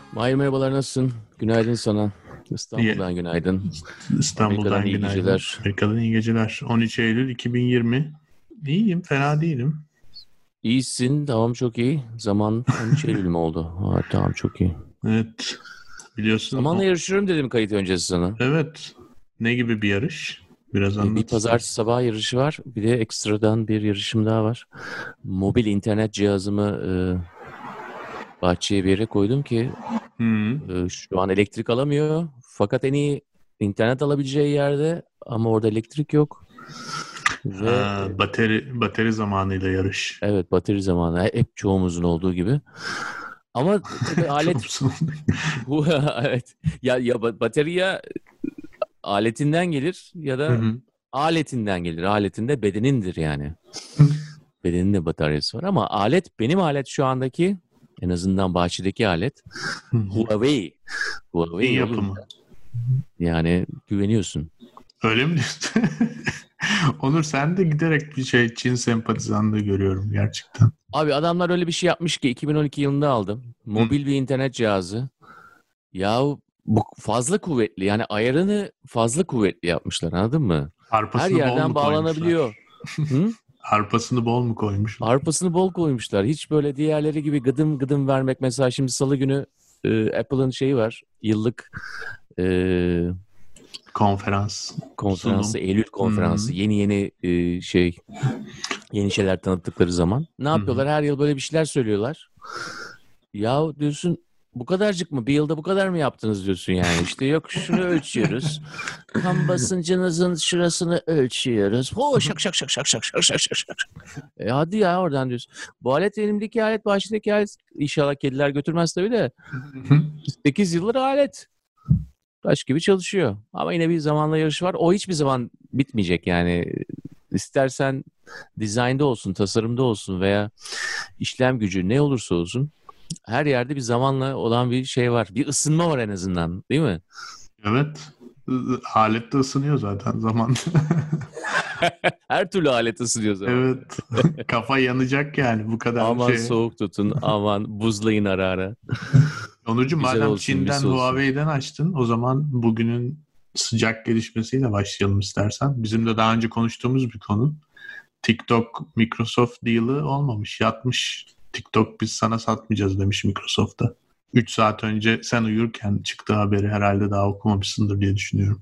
Mahir merhabalar, nasılsın? Günaydın sana. İyi. İstanbul'dan günaydın. Amerika'dan İstanbul'dan iyi günaydın. geceler. Amerika'dan iyi geceler. 13 Eylül 2020. İyiyim, fena değilim. İyisin, tamam, çok iyi. Zaman 13 Eylül mü oldu? Ha, tamam, çok iyi. Evet. Biliyorsun Zamanla yarışıyorum dedim kayıt öncesi sana. evet. Ne gibi bir yarış? Biraz Bir anlat pazartesi istersen. sabah yarışı var. Bir de ekstradan bir yarışım daha var. Mobil internet cihazımı bahçeye bir yere koydum ki Hı. şu an elektrik alamıyor. Fakat en iyi internet alabileceği yerde ama orada elektrik yok. Ve Bateri zamanıyla yarış. evet, bateri zamanı hep çoğumuzun olduğu gibi. Ama tabii alet Thompson. bu evet ya batarya aletinden gelir ya Hı da hı. aletinden gelir. Aletinde bedenindir yani. Bedenin de bataryası var ama benim alet şu andaki en azından bahçedeki alet Hı hı. Huawei. Çin Huawei olunca yapımı. yani güveniyorsun. Öyle mi diyorsun? Onur sen de giderek bir Çin sempatizanlığı görüyorum gerçekten. Abi adamlar öyle bir şey yapmış ki 2012 yılında aldım. Hı. Mobil bir internet cihazı. Yahu bu fazla kuvvetli, yani ayarını fazla kuvvetli yapmışlar, anladın mı? Her Arpasını bol yerden mu bağlanabiliyor. koymuşlar? Hı? Arpasını bol mu koymuşlar? Arpasını bol koymuşlar. Hiç böyle diğerleri gibi gıdım gıdım vermek. Mesela şimdi Salı günü Apple'ın şeyi var. Yıllık e, Konferans, konferansı, sunum. Eylül Hmm. konferansı. Yeni yeni şeyler tanıttıkları zaman. Ne Hı hı. yapıyorlar? Her yıl böyle bir şeyler söylüyorlar. Ya diyorsun, bu kadarcık mı? Bir yılda bu kadar mı yaptınız diyorsun yani. İşte yok, şunu ölçüyoruz. Tam basıncınızın şurasını ölçüyoruz. Ho, şak şak şak şak şak şak şak şak şak. Hadi ya, oradan diyorsun. Bu alet, elimdeki alet, başındaki alet. İnşallah kediler götürmez tabii de. 8 yıldır alet. Taş gibi çalışıyor. Ama yine bir zamanla yarışı var. O hiçbir zaman bitmeyecek yani. İstersen dizaynda olsun, tasarımda olsun veya işlem gücü ne olursa olsun. Her yerde bir zamanla olan bir şey var. Bir ısınma var en azından, değil mi? Evet. Alet de ısınıyor zaten zamanla. Her türlü alet ısınıyor zamanla. Evet. Kafa yanacak yani bu kadar Aman şey. soğuk tutun, aman buzlayın ara ara. Onurcuğum Güzel madem olsun, Çin'den mis olsun. Huawei'den açtın o zaman bugünün sıcak gelişmesiyle başlayalım istersen. Bizim de daha önce konuştuğumuz bir konu. TikTok Microsoft deal'ı olmamış, yatmış. TikTok biz sana satmayacağız demiş Microsoft'a. 3 saat önce sen uyurken çıktı haberi, herhalde daha okumamışsındır diye düşünüyorum.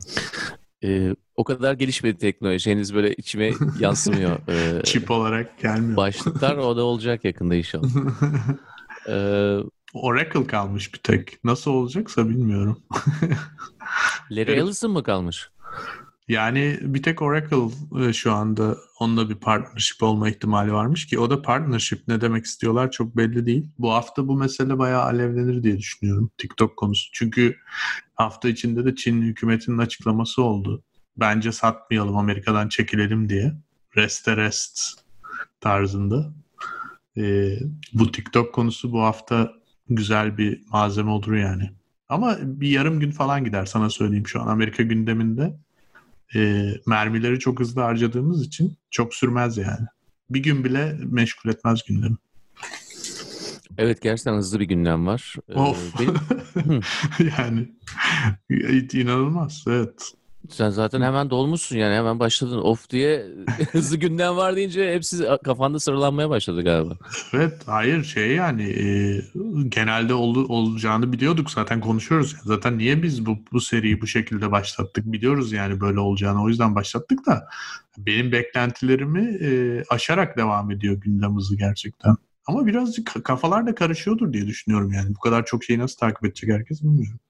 O kadar gelişmedi teknoloji. Henüz böyle içime yansımıyor. Çip olarak gelmiyor. Başlıklar o da olacak yakında inşallah. Ee, Oracle kalmış bir tek. Nasıl olacaksa bilmiyorum. Larry Garip. Ellison mı kalmış? Yani bir tek Oracle şu anda onunla bir partnership olma ihtimali varmış ki o da partnership ne demek istiyorlar çok belli değil. Bu hafta bu mesele bayağı alevlenir diye düşünüyorum TikTok konusu. Çünkü hafta içinde de Çin hükümetinin açıklaması oldu. Bence satmayalım, Amerika'dan çekilelim diye. Reste rest tarzında. E, Bu TikTok konusu bu hafta güzel bir malzeme olur yani. Ama bir yarım gün falan gider, sana söyleyeyim şu an Amerika gündeminde. Mermileri çok hızlı harcadığımız için çok sürmez yani. Bir gün bile meşgul etmez gündemi. Evet, gerçekten hızlı bir gündem var. Of. Benim Hı, Yani inanılmaz. Evet. sen zaten hemen dolmuşsun yani, hemen başladın of diye. Hızlı gündem var deyince hepsi kafanda sıralanmaya başladı galiba. Evet, hayır şey yani genelde olacağını biliyorduk, zaten konuşuyoruz. Zaten niye biz bu seriyi bu şekilde başlattık biliyoruz yani böyle olacağını, o yüzden başlattık da benim beklentilerimi aşarak devam ediyor gündem hızı gerçekten. Ama birazcık kafalar da karışıyordur diye düşünüyorum yani. Bu kadar çok şeyi nasıl takip edecek herkes bilmiyorum.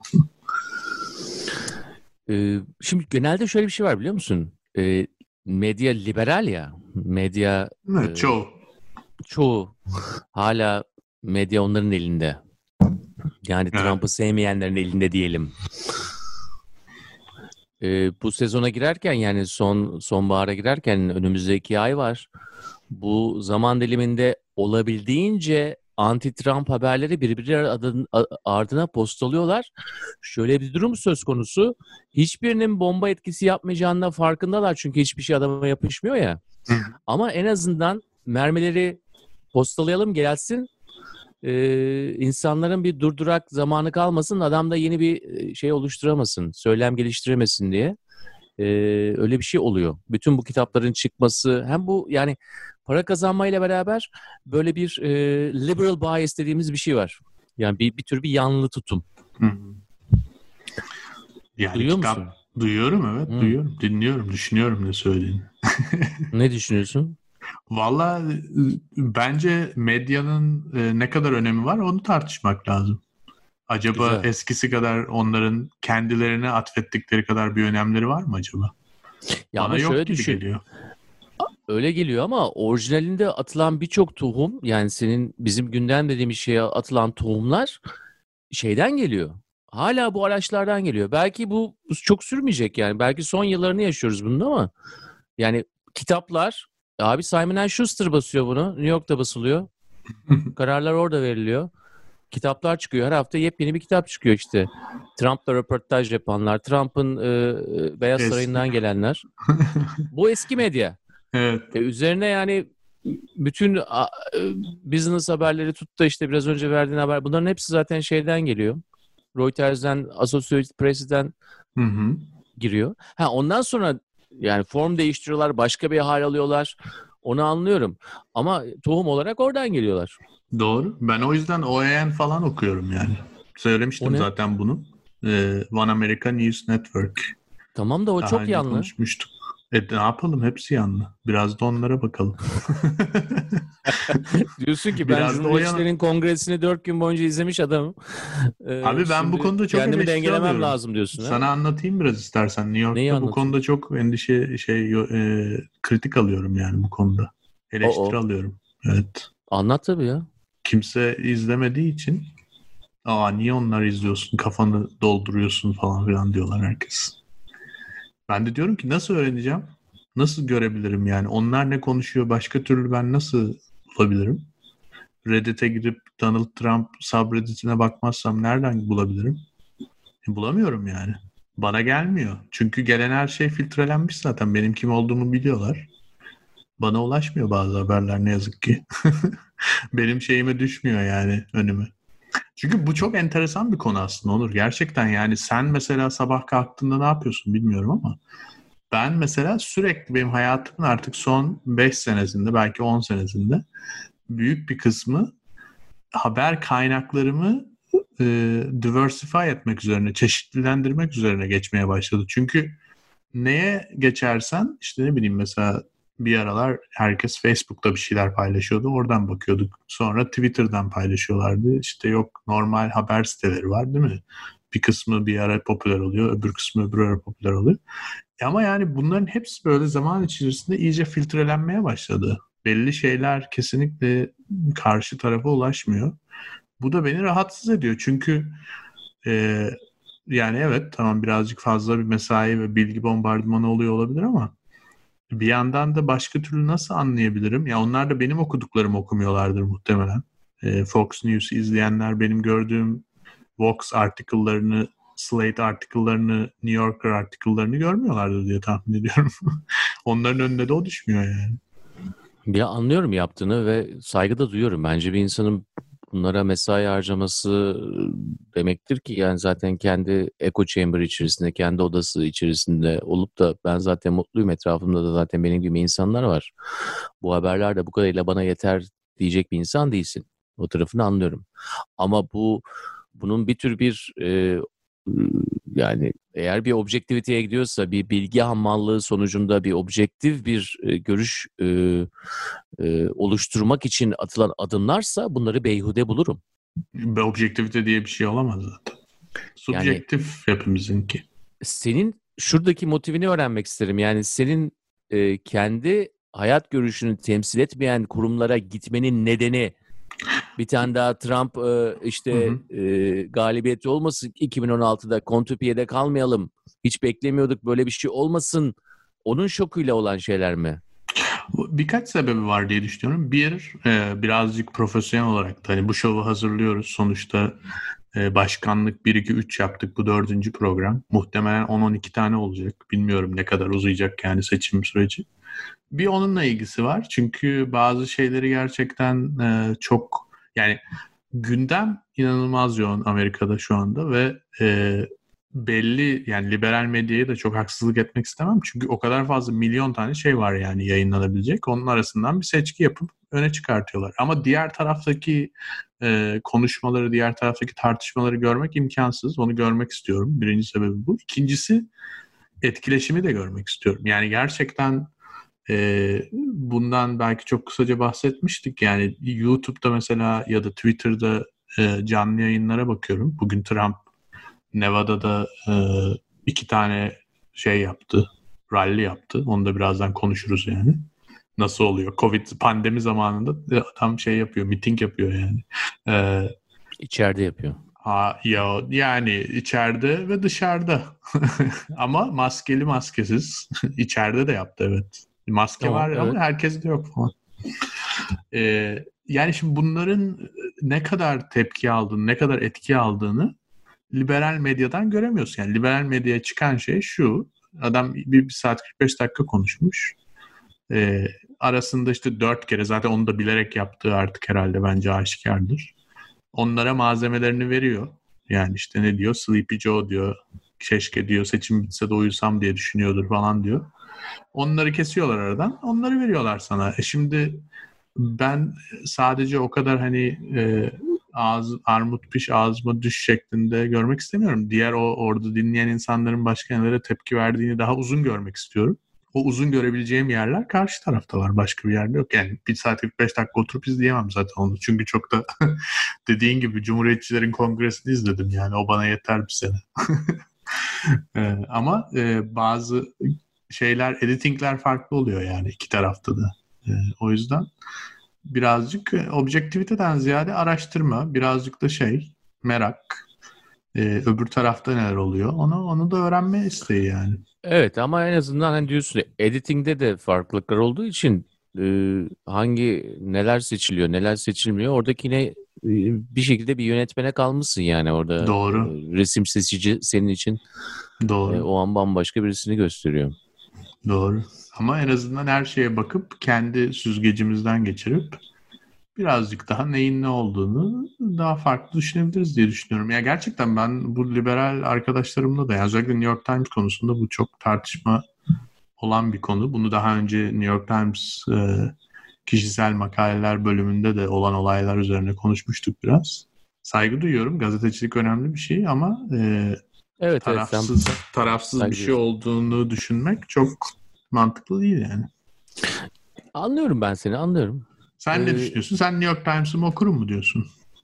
Şimdi genelde şöyle bir şey var, biliyor musun? Medya liberal ya. Medya Evet, çoğu. çoğu hala medya onların elinde. Yani Evet. Trump'ı sevmeyenlerin elinde diyelim. Bu sezona girerken, yani sonbahara girerken önümüzde 2 ay var. Bu zaman diliminde olabildiğince anti-Trump haberleri birbiri ardına postalıyorlar. Şöyle bir durum söz konusu. Hiçbirinin bomba etkisi yapmayacağına farkındalar, çünkü hiçbir şey adama yapışmıyor ya. Hı. Ama en azından mermileri postalayalım gelsin. insanların bir durdurak zamanı kalmasın, adam da yeni bir şey oluşturamasın, söylem geliştiremesin diye. Öyle bir şey oluyor. Bütün bu kitapların çıkması, hem bu yani para kazanmayla beraber böyle bir liberal bias dediğimiz bir şey var. Yani bir tür bir yanlı tutum. Hı. Yani Duyuyor kitap musun? duyuyorum, evet duyuyorum, dinliyorum, düşünüyorum ne söylediğini. Ne düşünüyorsun? Valla bence medyanın ne kadar önemi var onu tartışmak lazım. Acaba Güzel. eskisi kadar onların kendilerine atfettikleri kadar bir önemleri var mı acaba? Ya Bana ama yok şöyle gibi düşün. geliyor. Öyle geliyor ama orijinalinde atılan birçok tohum, yani senin bizim gündem dediğimiz şeye atılan tohumlar şeyden geliyor. Hala bu araçlardan geliyor. Belki bu çok sürmeyecek yani. Belki son yıllarını yaşıyoruz bunun ama yani kitaplar, abi Simon Schuster basıyor bunu. New York'ta basılıyor. Kararlar orada veriliyor. Kitaplar çıkıyor. Her hafta yepyeni bir kitap çıkıyor işte. Trump'la röportaj yapanlar, Trump'ın Beyaz Eski. Sarayı'ndan gelenler. Bu eski medya. Evet. Üzerine yani bütün business haberleri tut da işte biraz önce verdiğin haber, bunların hepsi zaten şeyden geliyor. Reuters'den, Associated Press'ten Hı hı. giriyor. Ondan sonra yani form değiştiriyorlar, başka bir hal alıyorlar. Onu anlıyorum. Ama tohum olarak oradan geliyorlar. Doğru. Ben o yüzden OAN falan okuyorum yani. O Söylemiştim ne? zaten bunu. One America News Network. Tamam da o Daha çok önce yanlı. konuşmuştuk. Ne yapalım? Hepsi yanlı. Biraz da onlara bakalım. Diyorsun ki ben Biraz da o yana. Cumhuriyetçilerin kongresini 4 gün boyunca izlemiş adamım. Abi ben bu Şimdi konuda çok kendimi eleştiri dengelemem alıyorum. lazım diyorsun ha? Sana anlatayım biraz istersen. New Neyi York'ta bu anlatayım? konuda çok kritik alıyorum yani bu konuda. Eleştiri O. alıyorum. Evet. Anlat tabii ya. Kimse izlemediği için niye onlar izliyorsun, kafanı dolduruyorsun falan filan diyorlar herkes. Ben de diyorum ki nasıl öğreneceğim? Nasıl görebilirim yani? Onlar ne konuşuyor? Başka türlü ben nasıl bulabilirim? Reddit'e girip Donald Trump subreddit'ine bakmazsam nereden bulabilirim? Bulamıyorum yani. Bana gelmiyor. Çünkü gelen her şey filtrelenmiş zaten. Benim kim olduğumu biliyorlar. Bana ulaşmıyor bazı haberler ne yazık ki. Benim şeyime düşmüyor yani önüme. Çünkü bu çok enteresan bir konu aslında Onur. Gerçekten yani sen mesela sabah kalktığında ne yapıyorsun bilmiyorum ama ben mesela sürekli benim hayatımın artık son 5 senesinde belki 10 senesinde büyük bir kısmı haber kaynaklarımı diversify etmek üzerine, çeşitlendirmek üzerine geçmeye başladı. Çünkü neye geçersen işte ne bileyim mesela bir aralar herkes Facebook'ta bir şeyler paylaşıyordu. Oradan bakıyorduk. Sonra Twitter'dan paylaşıyorlardı. İşte yok normal haber siteleri var değil mi? Bir kısmı bir ara popüler oluyor. Öbür kısmı öbür ara popüler oluyor. Ama yani bunların hepsi böyle zaman içerisinde iyice filtrelenmeye başladı. Belli şeyler kesinlikle karşı tarafa ulaşmıyor. Bu da beni rahatsız ediyor. Çünkü e, yani evet tamam birazcık fazla bir mesai ve bilgi bombardımanı oluyor olabilir ama bir yandan da başka türlü nasıl anlayabilirim? Ya onlar da benim okuduklarımı okumuyorlardır muhtemelen. Fox News'u izleyenler benim gördüğüm Vox article'larını, Slate article'larını, New Yorker article'larını görmüyorlardır diye tahmin ediyorum. Onların önüne de o düşmüyor yani. Ya anlıyorum yaptığını ve saygı da duyuyorum. Bence bir insanın bunlara mesai harcaması demektir ki yani zaten kendi echo chamber içerisinde, kendi odası içerisinde olup da ben zaten mutluyum, etrafımda da zaten benim gibi insanlar var. Bu haberler de bu kadarıyla bana yeter diyecek bir insan değilsin. O tarafını anlıyorum. Ama bunun bir tür bir yani eğer bir objektiviteye gidiyorsa, bir bilgi hammallığı sonucunda bir objektif bir görüş oluşturmak için atılan adımlarsa bunları beyhude bulurum. Objektivite diye bir şey olamaz zaten. Yani Subjektif hepimizinki. senin şuradaki motivini öğrenmek isterim. Yani senin kendi hayat görüşünü temsil etmeyen kurumlara gitmenin nedeni, bir tane daha Trump Hı hı. galibiyeti olmasın 2016'da, Kontüpiye'de kalmayalım, hiç beklemiyorduk böyle bir şey olmasın, onun şokuyla olan şeyler mi? Birkaç sebebi var diye düşünüyorum. Bir, birazcık profesyonel olarak da hani bu şovu hazırlıyoruz. Sonuçta başkanlık 1-2-3 yaptık. Bu 4. program. Muhtemelen 10-12 tane olacak. Bilmiyorum ne kadar uzayacak yani seçim süreci. Bir onunla ilgisi var. Çünkü bazı şeyleri gerçekten çok yani gündem inanılmaz yoğun Amerika'da şu anda ve belli, yani liberal medyaya da çok haksızlık etmek istemem. Çünkü o kadar fazla milyon tane şey var yani yayınlanabilecek. Onun arasından bir seçki yapıp öne çıkartıyorlar. Ama diğer taraftaki konuşmaları, diğer taraftaki tartışmaları görmek imkansız. Onu görmek istiyorum. Birinci sebebi bu. İkincisi, etkileşimi de görmek istiyorum. Yani gerçekten bundan belki çok kısaca bahsetmiştik. Yani YouTube'da mesela ya da Twitter'da canlı yayınlara bakıyorum. Bugün Trump Nevada'da 2 tane şey yaptı. Rally yaptı. Onu da birazdan konuşuruz yani. Nasıl oluyor? Covid pandemi zamanında adam şey yapıyor, miting yapıyor yani. İçeride yapıyor. Ya yani içeride ve dışarıda. Ama maskeli maskesiz. İçeride de yaptı, evet. Maske Tamam, var evet. ama herkes de yok falan. Yani şimdi bunların ne kadar tepki aldığını, ne kadar etki aldığını liberal medyadan göremiyorsun. Yani liberal medyaya çıkan şey şu: adam bir saat 45 dakika konuşmuş. Arasında işte 4 kere, zaten onu da bilerek yaptığı artık herhalde bence aşikardır. Onlara malzemelerini veriyor. Yani işte ne diyor? Sleepy Joe diyor. Keşke diyor seçim bitse de uyusam diye düşünüyordur falan diyor. Onları kesiyorlar aradan. Onları veriyorlar sana. Şimdi ben sadece o kadar hani armut piş ağzıma düş şeklinde görmek istemiyorum. Diğer orada dinleyen insanların başka nelere tepki verdiğini daha uzun görmek istiyorum. O uzun görebileceğim yerler karşı tarafta var. Başka bir yerde yok. Yani 1 saat 45 dakika oturup izleyemem zaten onu. Çünkü çok da dediğin gibi Cumhuriyetçilerin Kongresi'ni izledim yani. O bana yeter bir sene. Ama bazı şeyler, editingler farklı oluyor yani iki tarafta da. O yüzden birazcık objektiviteden ziyade araştırma, birazcık da merak. Öbür tarafta neler oluyor? Onu da öğrenme isteği yani. Evet, ama en azından hani diyorsun ya, editingde de farklılıklar olduğu için neler seçiliyor, neler seçilmiyor, oradakine bir şekilde bir yönetmene kalmışsın yani orada. Doğru. Resim seçici senin için Doğru. o an bambaşka birisini gösteriyor. Doğru. Ama en azından her şeye bakıp kendi süzgecimizden geçirip birazcık daha neyin ne olduğunu daha farklı düşünebiliriz diye düşünüyorum. Ya gerçekten ben bu liberal arkadaşlarımla da, yani özellikle New York Times konusunda bu çok tartışma olan bir konu. Bunu daha önce New York Times kişisel makaleler bölümünde de olan olaylar üzerine konuşmuştuk biraz. Saygı duyuyorum. Gazetecilik önemli bir şey ama Evet, evet, sen tarafsız bir şey duyuyorsun. olduğunu düşünmek çok mantıklı değil yani. Anlıyorum, ben seni anlıyorum. Sen ne düşünüyorsun? Sen New York Times'ı mı okurum mu diyorsun?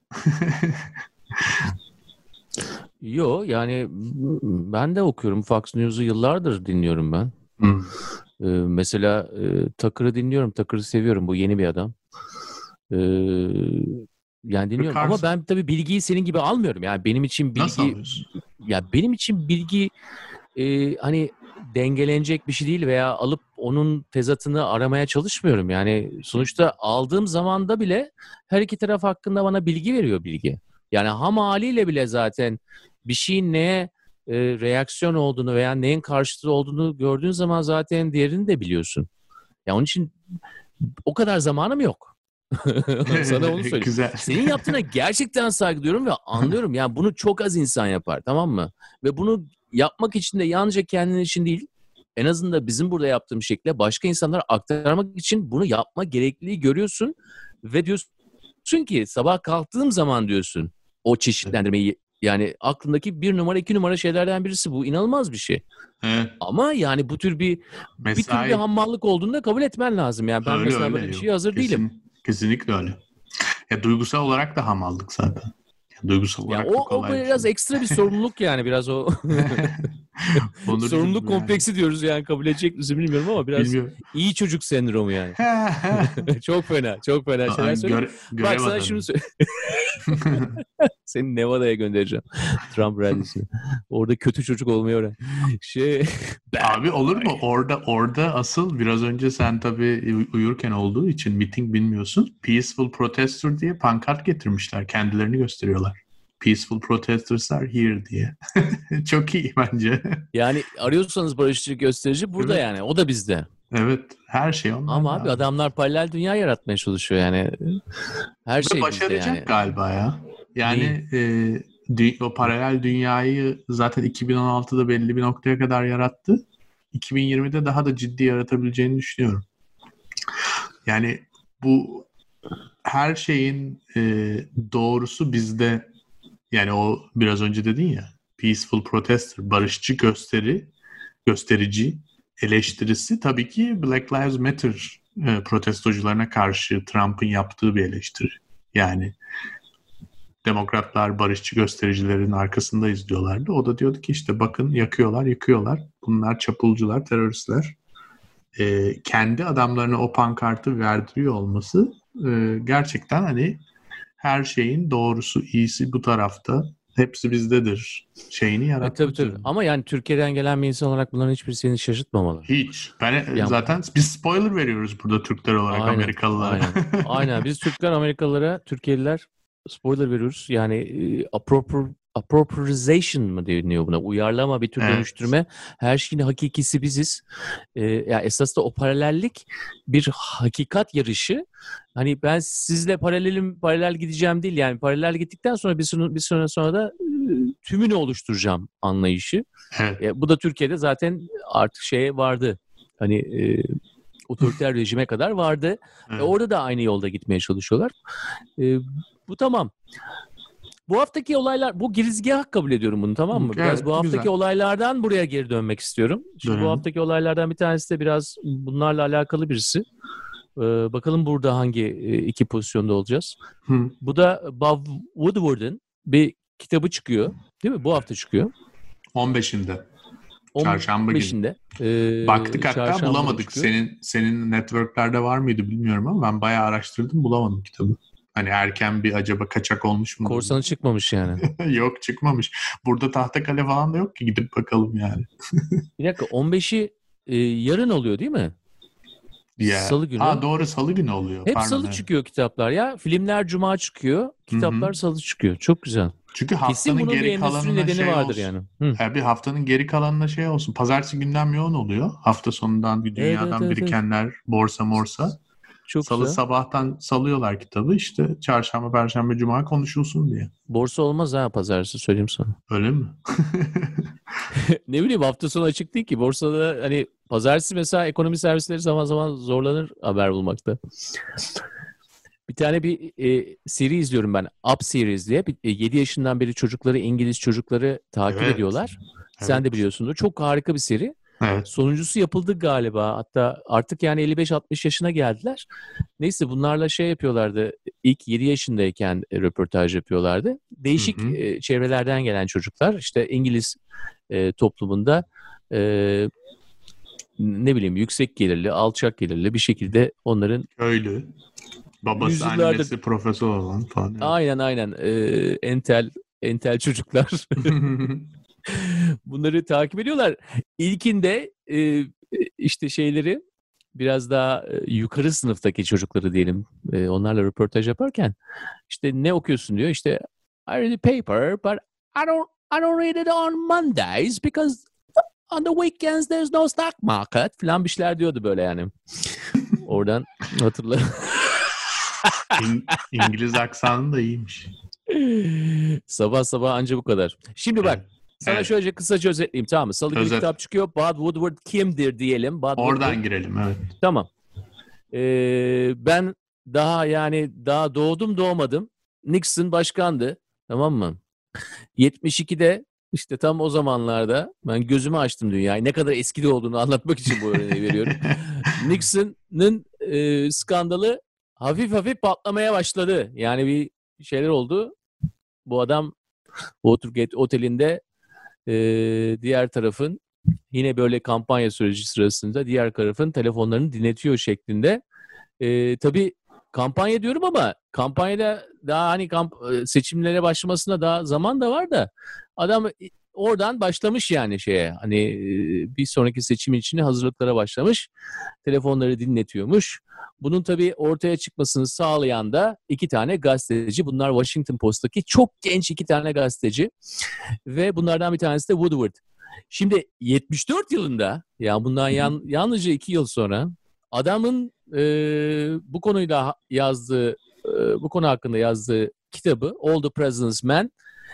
Yo, yani ben de okuyorum. Fox News'u yıllardır dinliyorum ben. Mesela Tucker'ı dinliyorum. Tucker'ı seviyorum. Bu yeni bir adam. Ee, Yani dinliyorum ama Carson. ben tabii bilgiyi senin gibi almıyorum. Yani benim için Nasıl bilgi, alıyorsun? ya benim için bilgi hani dengelenecek bir şey değil veya alıp onun tezatını aramaya çalışmıyorum. Yani sonuçta aldığım zamanda bile her iki taraf hakkında bana bilgi veriyor bilgi. Yani ham haliyle bile zaten bir şeyin neye reaksiyon olduğunu veya neyin karşıtı olduğunu gördüğün zaman zaten diğerini de biliyorsun. Ya onun için o kadar zamanım yok. Sana onu söyleyeyim. Güzel. Senin yaptığına gerçekten saygı duyuyorum ve anlıyorum. Yani bunu çok az insan yapar, tamam mı? Ve bunu yapmak için de yalnızca kendin için değil, en azından bizim burada yaptığımız şekilde başka insanlara aktarmak için bunu yapma gerekliliği görüyorsun ve diyorsun ki sabah kalktığım zaman diyorsun o çeşitlendirmeyi, yani aklındaki 1 numara 2 numara şeylerden birisi, bu inanılmaz bir şey. Evet. Ama yani bu tür bir tür bir Mesai. hammallık olduğunu da kabul etmen lazım. Yani ben Öyle mesela öyle böyle bir yok. şeye hazır değilim. Kesinlikle öyle. Ya duygusal olarak da hamallık zaten. Ya duygusal Ya olarak da o kolay bir şey biraz değil. ekstra bir sorumluluk, yani biraz o sorumluluk Onurcuğum yani. kompleksi diyoruz, yani kabul edecek misin bilmiyorum ama biraz Bilmiyorum. iyi çocuk sendromu yani. Çok fena, çok fena şeyler söylüyorum. Bak Görev sana şunu adamı. söyle. Seni Nevada'ya göndereceğim. Trump rallisine. Orada kötü çocuk olmayı öğren. Bad Abi olur mu? boy. Orada asıl biraz önce sen tabii uyurken olduğu için meeting bilmiyorsun. Peaceful Protester diye pankart getirmişler. Kendilerini gösteriyorlar. Peaceful Protesters are here diye. Çok iyi bence. Yani arıyorsanız barışçı gösterici burada, Evet. yani. O da bizde. Evet, her şey Ama onlarda abi abi. adamlar paralel dünya yaratmaya çalışıyor yani. Her Ve şey bizde yani. başaracak galiba ya. Neyi? Yani o paralel dünyayı zaten 2016'da belli bir noktaya kadar yarattı. 2020'de daha da ciddi yaratabileceğini düşünüyorum. Yani bu her şeyin doğrusu bizde. Yani o biraz önce dedin ya, peaceful protester, barışçı gösterici eleştirisi tabii ki Black Lives Matter protestocularına karşı Trump'ın yaptığı bir eleştiri. Yani demokratlar barışçı göstericilerin arkasındayız diyorlardı. O da diyordu ki işte bakın yakıyorlar, yıkıyorlar. Bunlar çapulcular, teröristler. Kendi adamlarına o pankartı verdiriyor olması gerçekten hani her şeyin doğrusu, iyisi bu tarafta. Hepsi bizdedir şeyini Tabii yaratmak tabii. üzerine. Ama yani Türkiye'den gelen bir insan olarak bunların hiçbiri seni şaşırtmamalı. Hiç. Yani Zaten biz spoiler veriyoruz burada Türkler olarak aynen, Amerikalılara. aynen. Aynen. Biz Türkler Amerikalılara, Türkiye'liler spoiler veriyoruz. Yani appropriation mı deniyor buna? Uyarlama, bir tür Evet. dönüştürme. Her şeyin hakikisi biziz. Ya esas da o paralellik bir hakikat yarışı. Hani ben sizle paralel gideceğim değil. Yani paralel gittikten sonra bir süre sonra da tümünü oluşturacağım anlayışı. Evet. Bu da Türkiye'de zaten artık şeye vardı. Hani otoriter rejime kadar vardı. Evet. Orada da aynı yolda gitmeye çalışıyorlar. E, Bu tamam. Bu haftaki olaylar, bu girizgah kabul ediyorum bunu, tamam mı? Biraz Evet, bu haftaki güzel. olaylardan buraya geri dönmek istiyorum. Şimdi bu Dönelim. haftaki olaylardan bir tanesi de biraz bunlarla alakalı birisi. Bakalım burada hangi iki pozisyonda olacağız. Hı. Bu da Bob Woodward'ın bir kitabı çıkıyor. Değil mi? Bu hafta çıkıyor. 15'inde. Çarşamba günü. 15'inde. Baktık hatta Çarşamba günü bulamadık. çıkıyor. Senin networklerde var mıydı bilmiyorum ama ben bayağı araştırdım bulamadım kitabı. Hani erken bir acaba kaçak olmuş mudur Korsanı çıkmamış yani. diye. Yok çıkmamış. Burada Tahtakale falan da yok ki gidip bakalım yani. Bir dakika, 15'i yarın oluyor değil mi? Ya. Salı günü. Doğru salı günü oluyor. Hep Pardon salı evet. çıkıyor kitaplar ya. Filmler cuma çıkıyor. Hı hı. Kitaplar salı çıkıyor. Çok güzel. Çünkü Kesin haftanın bunun bir geri endüstri kalanına nedeni şey vardır olsun. yani. Hı. Bir haftanın geri kalanına şey olsun. Pazartesi gündem yoğun oluyor. Hafta sonundan bir Evet, evet, dünyadan evet, evet. birikenler, borsa morsa. Çok Salı güzel. sabahtan salıyorlar kitabı. İşte çarşamba, perşembe, cuma konuşulsun diye. Borsa olmaz ha pazartesi, söyleyeyim sana. Öyle mi? Ne bileyim, hafta sonu açık değil ki. Borsada hani pazartesi mesela ekonomi servisleri zaman zaman zorlanır haber bulmakta. Bir tane seri izliyorum ben. Up Series diye. 7 yaşından beri çocukları, İngiliz çocukları takip Evet. ediyorlar. Sen de Evet. biliyorsundur. Çok harika bir seri. Evet. Sonuncusu yapıldı galiba. Hatta artık yani 55-60 yaşına geldiler. Neyse, bunlarla şey yapıyorlardı. İlk 7 yaşındayken röportaj yapıyorlardı. Hı Değişik hı. çevrelerden gelen çocuklar. İşte İngiliz toplumunda e, ne bileyim yüksek gelirli, alçak gelirli bir şekilde onların Köylü. Babası yüzyıllardır annesi profesör olan falan. Evet. aynen entel çocuklar bunları takip ediyorlar. İlkinde işte şeyleri biraz daha yukarı sınıftaki çocukları diyelim, onlarla röportaj yaparken işte ne okuyorsun diyor, işte I read the paper but I don't read it on Mondays because on the weekends there's no stock market falan bir şeyler diyordu böyle yani. Oradan hatırla. İngiliz aksanı da iyiymiş. Sabah sabah anca bu kadar. Şimdi Evet. bak, sana Evet. şöyle kısaca özetleyeyim, tamam mı? Salı günü Özet. kitap çıkıyor. Bud Woodward kimdir diyelim. Bud Woodward. Oradan girelim. Evet. Tamam. Ben daha doğdum doğmadım. Nixon başkandı. Tamam mı? 72'de işte tam o zamanlarda ben gözümü açtım dünyayı. Ne kadar eskide olduğunu anlatmak için bu örneği veriyorum. Nixon'ın skandalı hafif hafif patlamaya başladı. Yani bir şeyler oldu. Bu adam Watergate Oteli'nde diğer tarafın yine böyle kampanya süreci sırasında diğer tarafın telefonlarını dinletiyor şeklinde. Tabii kampanya diyorum ama kampanyada daha hani seçimlere başlamasına daha zaman da var da adam oradan başlamış yani şeye, hani bir sonraki seçim için hazırlıklara başlamış, telefonları dinletiyormuş. Bunun tabii ortaya çıkmasını sağlayan da iki tane gazeteci. Bunlar Washington Post'taki çok genç iki tane gazeteci ve bunlardan bir tanesi de Woodward. Şimdi 74 yılında, ya bundan yalnızca 2 yıl sonra adamın bu konuyla yazdığı, bu konu hakkında yazdığı kitabı All the President's Men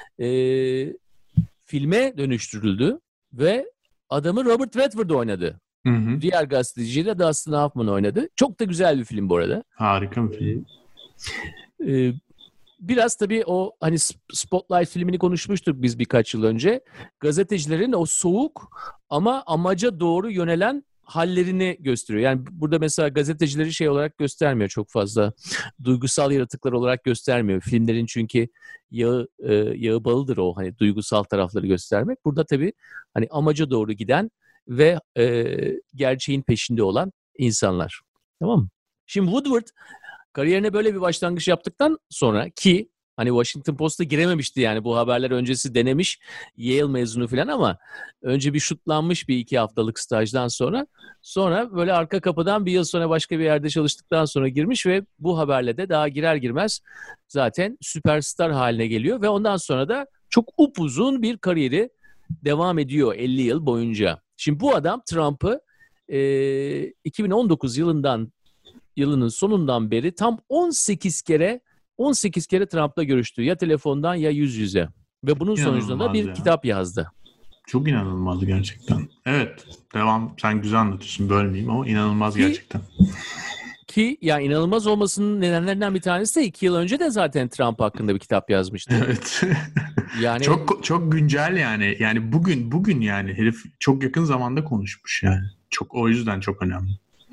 filme dönüştürüldü ve adamı Robert Redford oynadı. Diğer gazeteciyi de Dustin Hoffman oynadı. Çok da güzel bir film bu arada. Harika bir film. Biraz tabii o hani Spotlight filmini konuşmuştuk biz birkaç yıl önce. Gazetecilerin o soğuk ama amaca doğru yönelen hallerini gösteriyor. Yani burada mesela gazetecileri şey olarak göstermiyor çok fazla. Duygusal yaratıklar olarak göstermiyor. Filmlerin çünkü yağı balıdır o hani duygusal tarafları göstermek. Burada tabii hani amaca doğru giden ve gerçeğin peşinde olan insanlar. Tamam mı? Şimdi Woodward kariyerine böyle bir başlangıç yaptıktan sonra ki hani Washington Post'a girememişti yani bu haberler öncesi denemiş Yale mezunu falan ama önce bir şutlanmış bir 2 haftalık stajdan sonra böyle arka kapıdan bir yıl sonra başka bir yerde çalıştıktan sonra girmiş ve bu haberle de daha girer girmez zaten süperstar haline geliyor ve ondan sonra da çok upuzun bir kariyeri devam ediyor 50 yıl boyunca. Şimdi bu adam Trump'ı 2019 yılının sonundan beri tam 18 kere Trump'la görüştü. Ya telefondan ya yüz yüze. Ve bunun sonucunda da bir kitap yazdı. Çok inanılmaz gerçekten. Evet. Devam. Sen güzel anlatıyorsun. Bölmeyeyim ama inanılmaz gerçekten. Ki ya inanılmaz olmasının nedenlerinden bir tanesi de 2 yıl önce de zaten Trump hakkında bir kitap yazmıştı. Evet. Yani çok güncel yani. Yani bugün yani herif çok yakın zamanda konuşmuş yani. Çok o yüzden çok önemli.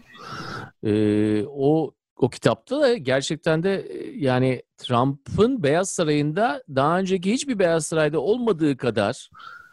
O kitapta da gerçekten de yani Trump'ın Beyaz Sarayı'nda daha önceki hiçbir Beyaz Saray'da olmadığı kadar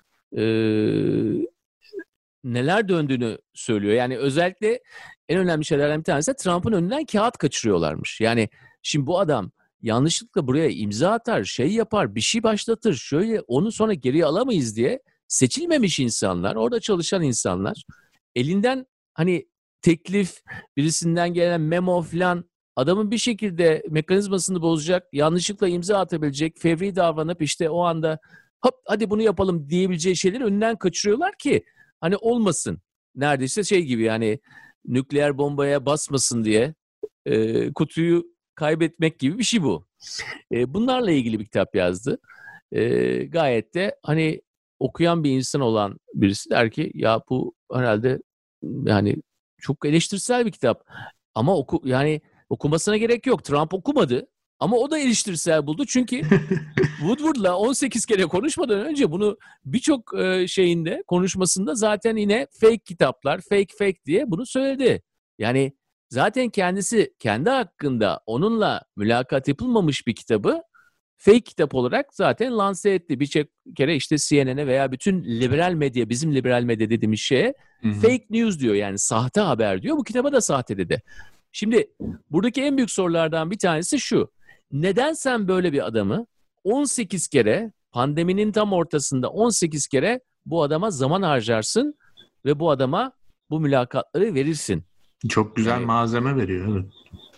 neler döndüğünü söylüyor. Yani özellikle en önemli şeylerden bir tanesi de Trump'ın önünden kağıt kaçırıyorlarmış. Yani şimdi bu adam yanlışlıkla buraya imza atar, şey yapar, bir şey başlatır, şöyle onu sonra geriye alamayız diye seçilmemiş insanlar, orada çalışan insanlar elinden hani teklif, birisinden gelen memo falan adamın bir şekilde mekanizmasını bozacak, yanlışlıkla imza atabilecek, fevri davranıp işte o anda hop hadi bunu yapalım diyebileceği şeyleri önünden kaçırıyorlar ki hani olmasın. Neredeyse şey gibi yani nükleer bombaya basmasın diye kutuyu kaybetmek gibi bir şey bu. Bunlarla ilgili bir kitap yazdı. Gayet de hani okuyan bir insan olan birisi der ki ya bu herhalde yani çok eleştirisel bir kitap. Ama yani okumasına gerek yok. Trump okumadı. Ama o da eleştirisel buldu. Çünkü Woodward'la 18 kere konuşmadan önce bunu birçok şeyinde konuşmasında zaten yine fake kitaplar, fake diye bunu söyledi. Yani zaten kendisi kendi hakkında onunla mülakat yapılmamış bir kitabı fake kitap olarak zaten lanse etti. Birçok kere işte CNN'e veya bütün liberal medya, bizim liberal medya dediğimiz şeye fake news diyor yani sahte haber diyor. Bu kitaba da sahte dedi. Şimdi buradaki en büyük sorulardan bir tanesi şu. Neden sen böyle bir adamı 18 kere pandeminin tam ortasında 18 kere bu adama zaman harcarsın ve bu adama bu mülakatları verirsin? Çok güzel malzeme veriyor. Evet.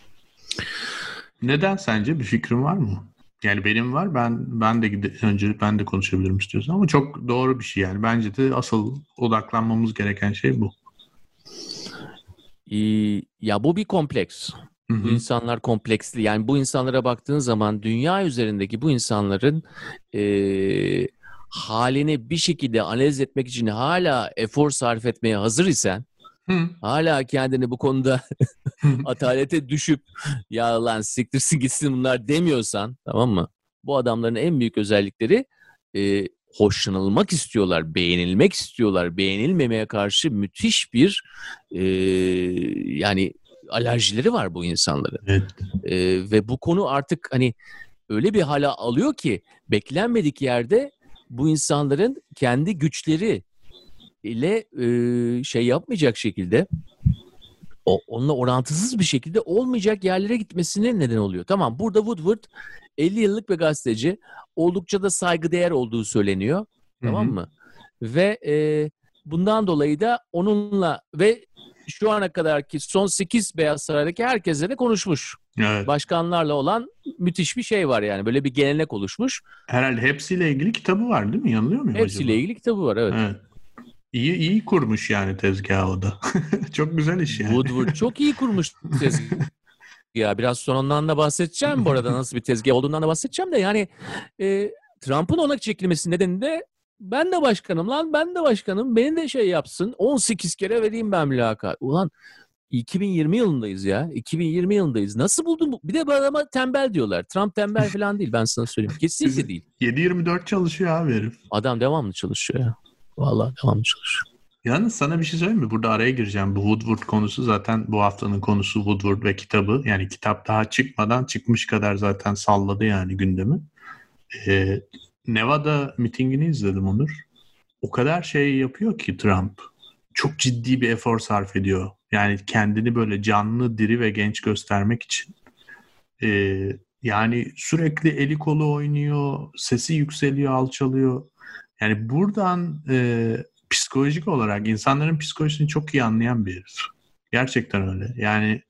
Neden sence? Bir fikrin var mı? Yani benim var. Ben de konuşabilirim istiyorsan ama çok doğru bir şey yani. Bence de asıl odaklanmamız gereken şey bu. Ya bu bir kompleks. Hı-hı. Bu insanlar kompleksli. Yani bu insanlara baktığın zaman dünya üzerindeki bu insanların halini bir şekilde analiz etmek için hala efor sarf etmeye hazır isen, hala kendini bu konuda atalete düşüp ya lan siktirsin gitsin bunlar demiyorsan, tamam mı? Bu adamların en büyük özellikleri hoşlanılmak istiyorlar, beğenilmek istiyorlar. Beğenilmemeye karşı müthiş bir yani alerjileri var bu insanların. Evet. Ve bu konu artık hani öyle bir hale alıyor ki beklenmedik yerde bu insanların kendi güçleri ile şey yapmayacak şekilde onunla orantısız bir şekilde olmayacak yerlere gitmesine neden oluyor. Tamam, burada Woodward 50 yıllık bir gazeteci, oldukça da saygıdeğer olduğu söyleniyor. Tamam mı? Ve bundan dolayı da onunla ve şu ana kadarki son 8 Beyaz Saray'daki herkesle de konuşmuş. Evet. Başkanlarla olan müthiş bir şey var yani. Böyle bir gelenek oluşmuş. Herhalde hepsiyle ilgili kitabı var değil mi? Yanılıyor muyum hepsiyle acaba? ilgili kitabı var, evet. İyi kurmuş yani tezgahı o da. Çok güzel iş yani. Woodward çok iyi kurmuş tezgahı. Ya biraz sonra ondan da bahsedeceğim bu arada, nasıl bir tezgah olduğundan da bahsedeceğim de yani Trump'ın ona çekilmesi nedeni de ben de başkanım lan, ben de başkanım, beni de şey yapsın, 18 kere vereyim ben mülakat. Ulan 2020 yılındayız ya. 2020 yılındayız. Nasıl buldun bu? Bir de bu adama tembel diyorlar. Trump tembel falan değil, ben sana söyleyeyim. Kesinlikle değil. 7/24 çalışıyor abi herif. Adam devamlı çalışıyor ya. Vallahi devamlı çalışıyor. Yalnız sana bir şey söyleyeyim mi? Burada araya gireceğim. Bu Woodward konusu zaten bu haftanın konusu, Woodward ve kitabı. Yani kitap daha çıkmadan çıkmış kadar zaten salladı yani gündemi. Nevada mitingini izledim Onur. O kadar şey yapıyor ki Trump. Çok ciddi bir efor sarf ediyor. Yani kendini böyle canlı, diri ve genç göstermek için. Yani sürekli eli kolu oynuyor, sesi yükseliyor, alçalıyor. Yani buradan psikolojik olarak insanların psikolojisini çok iyi anlayan bir herif. Gerçekten öyle. Yani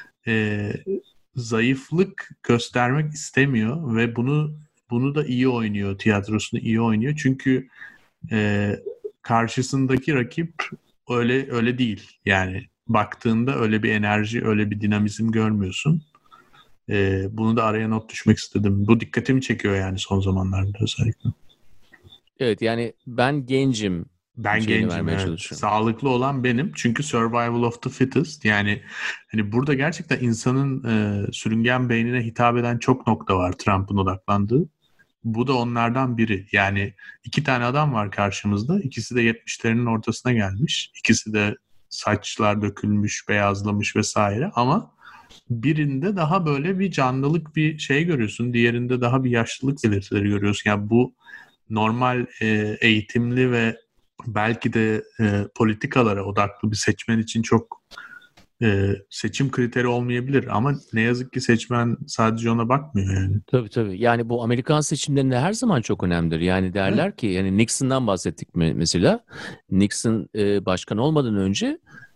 zayıflık göstermek istemiyor ve bunu da iyi oynuyor, tiyatrosunu iyi oynuyor. Çünkü karşısındaki rakip öyle değil. Yani baktığında öyle bir enerji, öyle bir dinamizm görmüyorsun. Bunu da araya not düşmek istedim. Bu dikkatimi çekiyor yani son zamanlarda özellikle. Evet, yani ben gencim. Ben gencim, evet. Sağlıklı olan benim. Çünkü survival of the fittest. Yani hani burada gerçekten insanın sürüngen beynine hitap eden çok nokta var Trump'ın odaklandığı. Bu da onlardan biri. Yani 2 tane adam var karşımızda. İkisi de 70'lerinin ortasına gelmiş. İkisi de saçlar dökülmüş, beyazlamış vesaire. Ama birinde daha böyle bir canlılık bir şey görüyorsun. Diğerinde daha bir yaşlılık belirtileri görüyorsun. Yani bu normal eğitimli ve belki de politikalara odaklı bir seçmen için çok seçim kriteri olmayabilir. Ama ne yazık ki seçmen sadece ona bakmıyor yani. Tabii. Yani bu Amerikan seçimlerinde her zaman çok önemlidir. Yani derler ki, yani Nixon'dan bahsettik mesela. Nixon başkan olmadan önce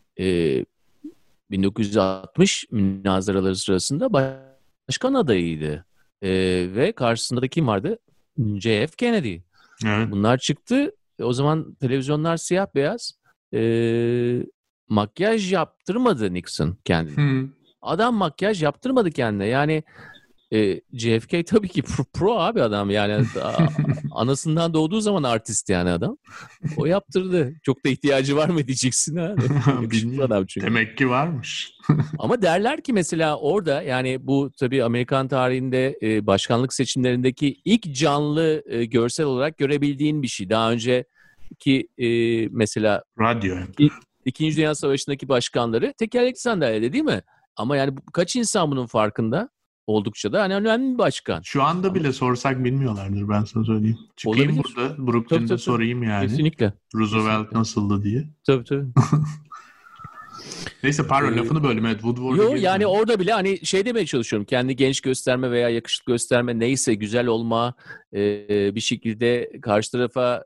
1960 münazaraları sırasında başkan adayıydı. Ve karşısında da kim vardı? JF Kennedy. Evet. Bunlar çıktı. O zaman televizyonlar siyah beyaz. Makyaj yaptırmadı Nixon kendine. Adam makyaj yaptırmadı kendine. Yani JFK tabii ki pro abi adam. Yani anasından doğduğu zaman artist yani adam. O yaptırdı. Çok da ihtiyacı var mı diyeceksin ha. Yakışıklı adam çünkü. Demek ki varmış. Ama derler ki mesela orada, yani bu tabii Amerikan tarihinde başkanlık seçimlerindeki ilk canlı görsel olarak görebildiğin bir şey. Daha önceki mesela radyo. İkinci Dünya Savaşı'ndaki başkanları tekerlekli sandalyede değil mi? Ama yani kaç insan bunun farkında? Oldukça da hani önemli bir başkan. Şu anda bile sorsak bilmiyorlardır, ben sana söyleyeyim. Çıkayım olabilir. burada Brooklyn'de tabii. Sorayım yani. Kesinlikle. Roosevelt nasıldı diye. Tabii. Neyse pardon lafını böldüm. Evet, Woodward'a yani orada bile hani şey demeye çalışıyorum. Kendi genç gösterme veya yakışıklı gösterme, neyse güzel olma, bir şekilde karşı tarafa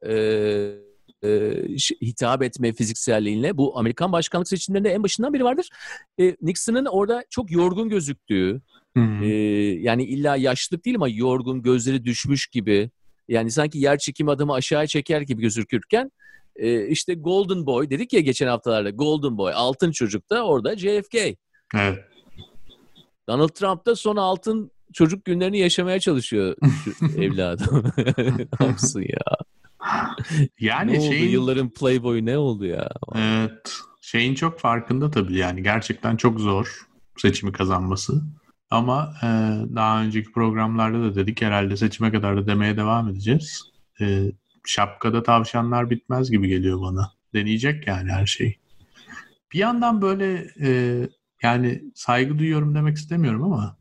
hitap etme fizikselliğinle. Bu Amerikan başkanlık seçimlerinde en başından biri vardır. Nixon'ın orada çok yorgun gözüktüğü, yani illa yaşlılık değil ama yorgun, gözleri düşmüş gibi. Yani sanki yer çekimi adamı aşağıya çeker gibi gözükürken işte Golden Boy dedik ya geçen haftalarda, Golden Boy, altın çocuk da orada JFK. Evet. Donald Trump da son altın çocuk günlerini yaşamaya çalışıyor evladım. Ne yapsın ya? Yani ne oldu? Yılların Playboy'u ne oldu ya? Evet. Şeyin çok farkında tabii, yani gerçekten çok zor seçimi kazanması. Ama daha önceki programlarda da dedik, herhalde seçime kadar da demeye devam edeceğiz. Şapkada tavşanlar bitmez gibi geliyor bana. Deneyecek yani her şeyi. Bir yandan böyle yani saygı duyuyorum demek istemiyorum ama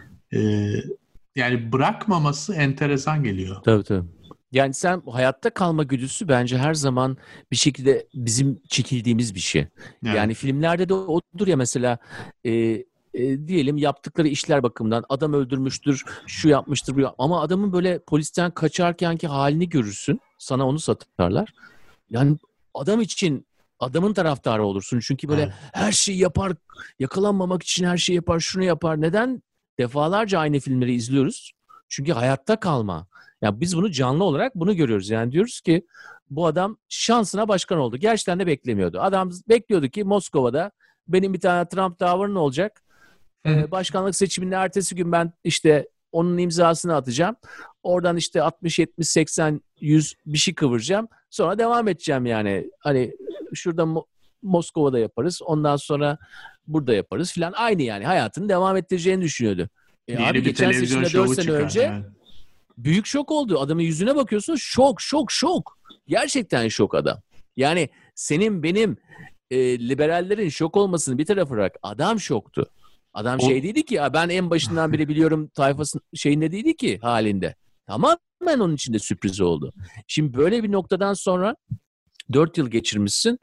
yani bırakmaması enteresan geliyor. Tabii. Yani sen hayatta kalma güdüsü bence her zaman bir şekilde bizim çekildiğimiz bir şey. Evet. Yani filmlerde de odur ya mesela diyelim yaptıkları işler bakımından adam öldürmüştür, şu yapmıştır, bu ama adamın böyle polisten kaçarkenki halini görürsün. Sana onu satarlar. Yani adam için adamın taraftarı olursun. Çünkü böyle her şeyi yapar, yakalanmamak için her şeyi yapar, şunu yapar. Neden? Defalarca aynı filmleri izliyoruz. Çünkü hayatta kalma. Ya biz bunu canlı olarak bunu görüyoruz. Yani diyoruz ki bu adam şansına başkan oldu. Gerçekten de beklemiyordu. Adam bekliyordu ki Moskova'da benim bir tane Trump Tower'ın olacak. Başkanlık seçiminin ertesi gün ben işte onun imzasını atacağım. Oradan işte 60, 70, 80, 100 bir şey kıvıracağım. Sonra devam edeceğim yani. Hani şurada Moskova'da yaparız. Ondan sonra burada yaparız filan. Aynı yani. Hayatını devam ettireceğini düşünüyordu. Yeni Abi bir geçen televizyon seçimde 4 şovu sene çıkar. önce Evet. büyük şok oldu. Adamın yüzüne bakıyorsun şok şok şok. Gerçekten şok adam. Yani senin benim liberallerin şok olmasını bir tarafa bırak. Adam şoktu. Adam O- şey değildi ki ben en başından beri biliyorum tayfasının şeyinde değildi ki halinde. Tamamen onun içinde sürpriz oldu. Şimdi böyle bir noktadan sonra 4 yıl geçirmişsin.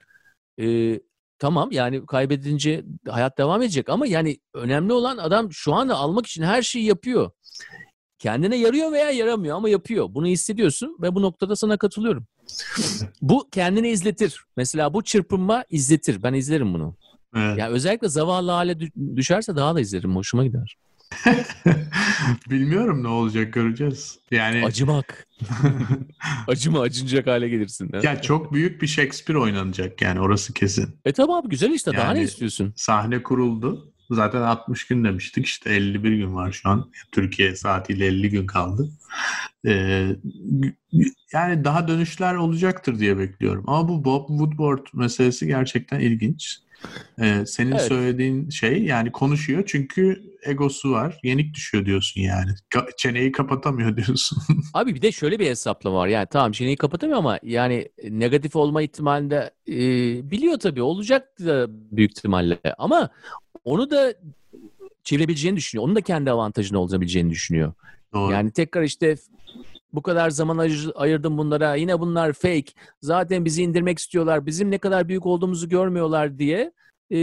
Tamam yani kaybedince hayat devam edecek ama yani önemli olan adam şu anda almak için her şeyi yapıyor. Kendine yarıyor veya yaramıyor ama yapıyor. Bunu hissediyorsun ve bu noktada sana katılıyorum. Bu kendini izletir. Mesela bu çırpınma izletir. Ben izlerim bunu. Evet. Yani özellikle zavallı hale düşerse daha da izlerim. Hoşuma gider. Bilmiyorum ne olacak, göreceğiz. Yani Acımak. Acıma, acınacak hale gelirsin. ya çok büyük bir Shakespeare oynanacak yani, orası kesin. Tamam abi güzel işte. Daha ne Yani istiyorsun? sahne kuruldu. Zaten 60 gün demiştik, işte 51 gün var şu an. Türkiye saatiyle 50 gün kaldı. Ee, Yani daha dönüşler olacaktır diye bekliyorum. Ama bu Bob Woodward meselesi gerçekten ilginç. Senin Evet. söylediğin şey, yani konuşuyor çünkü egosu var. Yenik düşüyor diyorsun yani. Çeneyi kapatamıyor diyorsun. Abi bir de şöyle bir hesaplama var. Yani tamam çeneyi kapatamıyor ama yani negatif olma ihtimalinde biliyor tabii. Olacak da büyük ihtimalle. Ama onu da çevirebileceğini düşünüyor. Onun da kendi avantajını olabileceğini düşünüyor. Doğru. Yani tekrar işte bu kadar zaman ayırdım bunlara. Yine bunlar fake. Zaten bizi indirmek istiyorlar. Bizim ne kadar büyük olduğumuzu görmüyorlar diye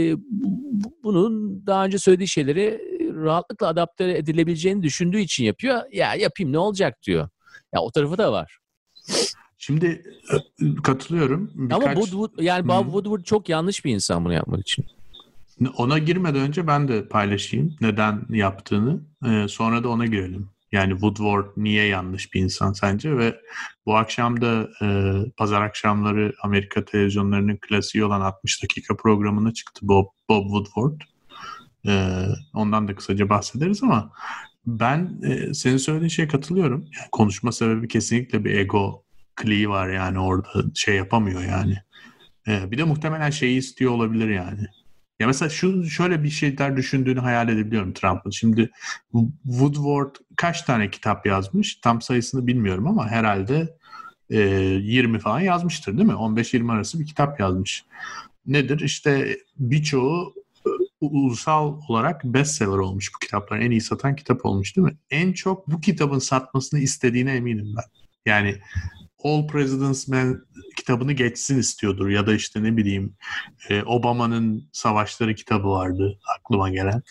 bunun daha önce söylediği şeyleri rahatlıkla adapte edilebileceğini düşündüğü için yapıyor. Ya yapayım ne olacak diyor. Ya o tarafı da var. Şimdi katılıyorum. Ama Birkaç yani Hı. Bob Woodward çok yanlış bir insan bunu yapmak için. Ona girmeden önce ben de paylaşayım neden yaptığını. Sonra da ona girelim. Yani Woodward niye yanlış bir insan sence? Ve bu akşam da pazar akşamları Amerika televizyonlarının klasiği olan 60 dakika programına çıktı Bob Woodward. Ondan da kısaca bahsederiz ama ben senin söylediğin şeye katılıyorum. Yani konuşma sebebi kesinlikle bir ego kliği var yani, orada şey yapamıyor yani. Bir de muhtemelen şeyi istiyor olabilir yani. Ya mesela şöyle bir şeyler düşündüğünü hayal edebiliyorum Trump'ın. Şimdi Woodward kaç tane kitap yazmış? Tam sayısını bilmiyorum ama herhalde 20 falan yazmıştır değil mi? 15-20 arası bir kitap yazmış. Nedir? İşte birçoğu ulusal olarak bestseller olmuş bu kitaplar. En iyi satan kitap olmuş değil mi? En çok bu kitabın satmasını istediğine eminim ben. Yani All President's Men kitabını geçsin istiyordur, ya da işte ne bileyim Obama'nın Savaşları kitabı vardı aklıma gelen.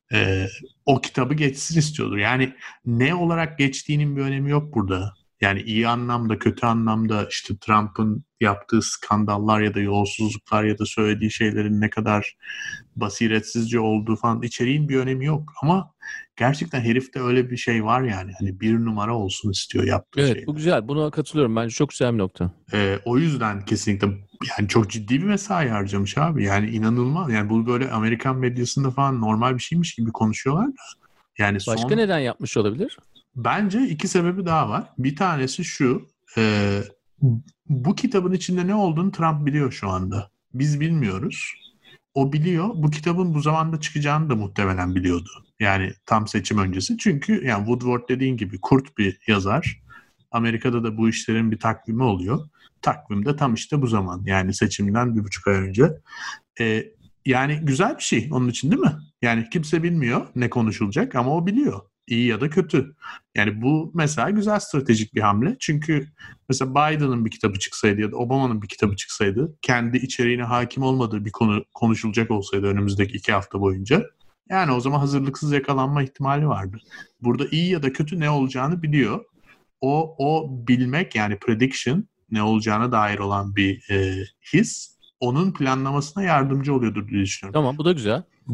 O kitabı geçsin istiyordur. Yani ne olarak geçtiğinin bir önemi yok burada. Yani iyi anlamda, kötü anlamda, işte Trump'ın yaptığı skandallar ya da yolsuzluklar ya da söylediği şeylerin ne kadar basiretsizce olduğu falan, içeriğin bir önemi yok. Ama gerçekten herifte öyle bir şey var yani. Hani bir numara olsun istiyor yaptığı Evet bu şeyler. güzel. Buna katılıyorum. Bence çok güzel bir nokta. O yüzden kesinlikle yani çok ciddi bir mesai harcamış abi. Yani inanılmaz. Yani bu böyle Amerikan medyasında falan normal bir şeymiş gibi konuşuyorlar da. Yani Başka neden yapmış olabilir? bence iki sebebi daha var. Bir tanesi şu. e, Bu kitabın içinde ne olduğunu Trump biliyor şu anda. Biz bilmiyoruz. O biliyor. Bu kitabın bu zamanda çıkacağını da muhtemelen biliyordu. Yani tam seçim öncesi. Çünkü yani Woodward dediğin gibi kurt bir yazar. Amerika'da da bu işlerin bir takvimi oluyor. Takvimde tam işte bu zaman. Yani seçimden 1,5 ay önce. Ee, Yani güzel bir şey onun için değil mi? Yani kimse bilmiyor ne konuşulacak ama o biliyor. İyi ya da kötü. Yani bu mesela güzel stratejik bir hamle. Çünkü mesela Biden'ın bir kitabı çıksaydı ya da Obama'nın bir kitabı çıksaydı, kendi içeriğine hakim olmadığı bir konu konuşulacak olsaydı önümüzdeki 2 hafta boyunca, yani o zaman hazırlıksız yakalanma ihtimali vardı. Burada iyi ya da kötü ne olacağını biliyor. O bilmek, yani prediction, ne olacağına dair olan bir his onun planlamasına yardımcı oluyordur diye düşünüyorum. Tamam bu da güzel. Bu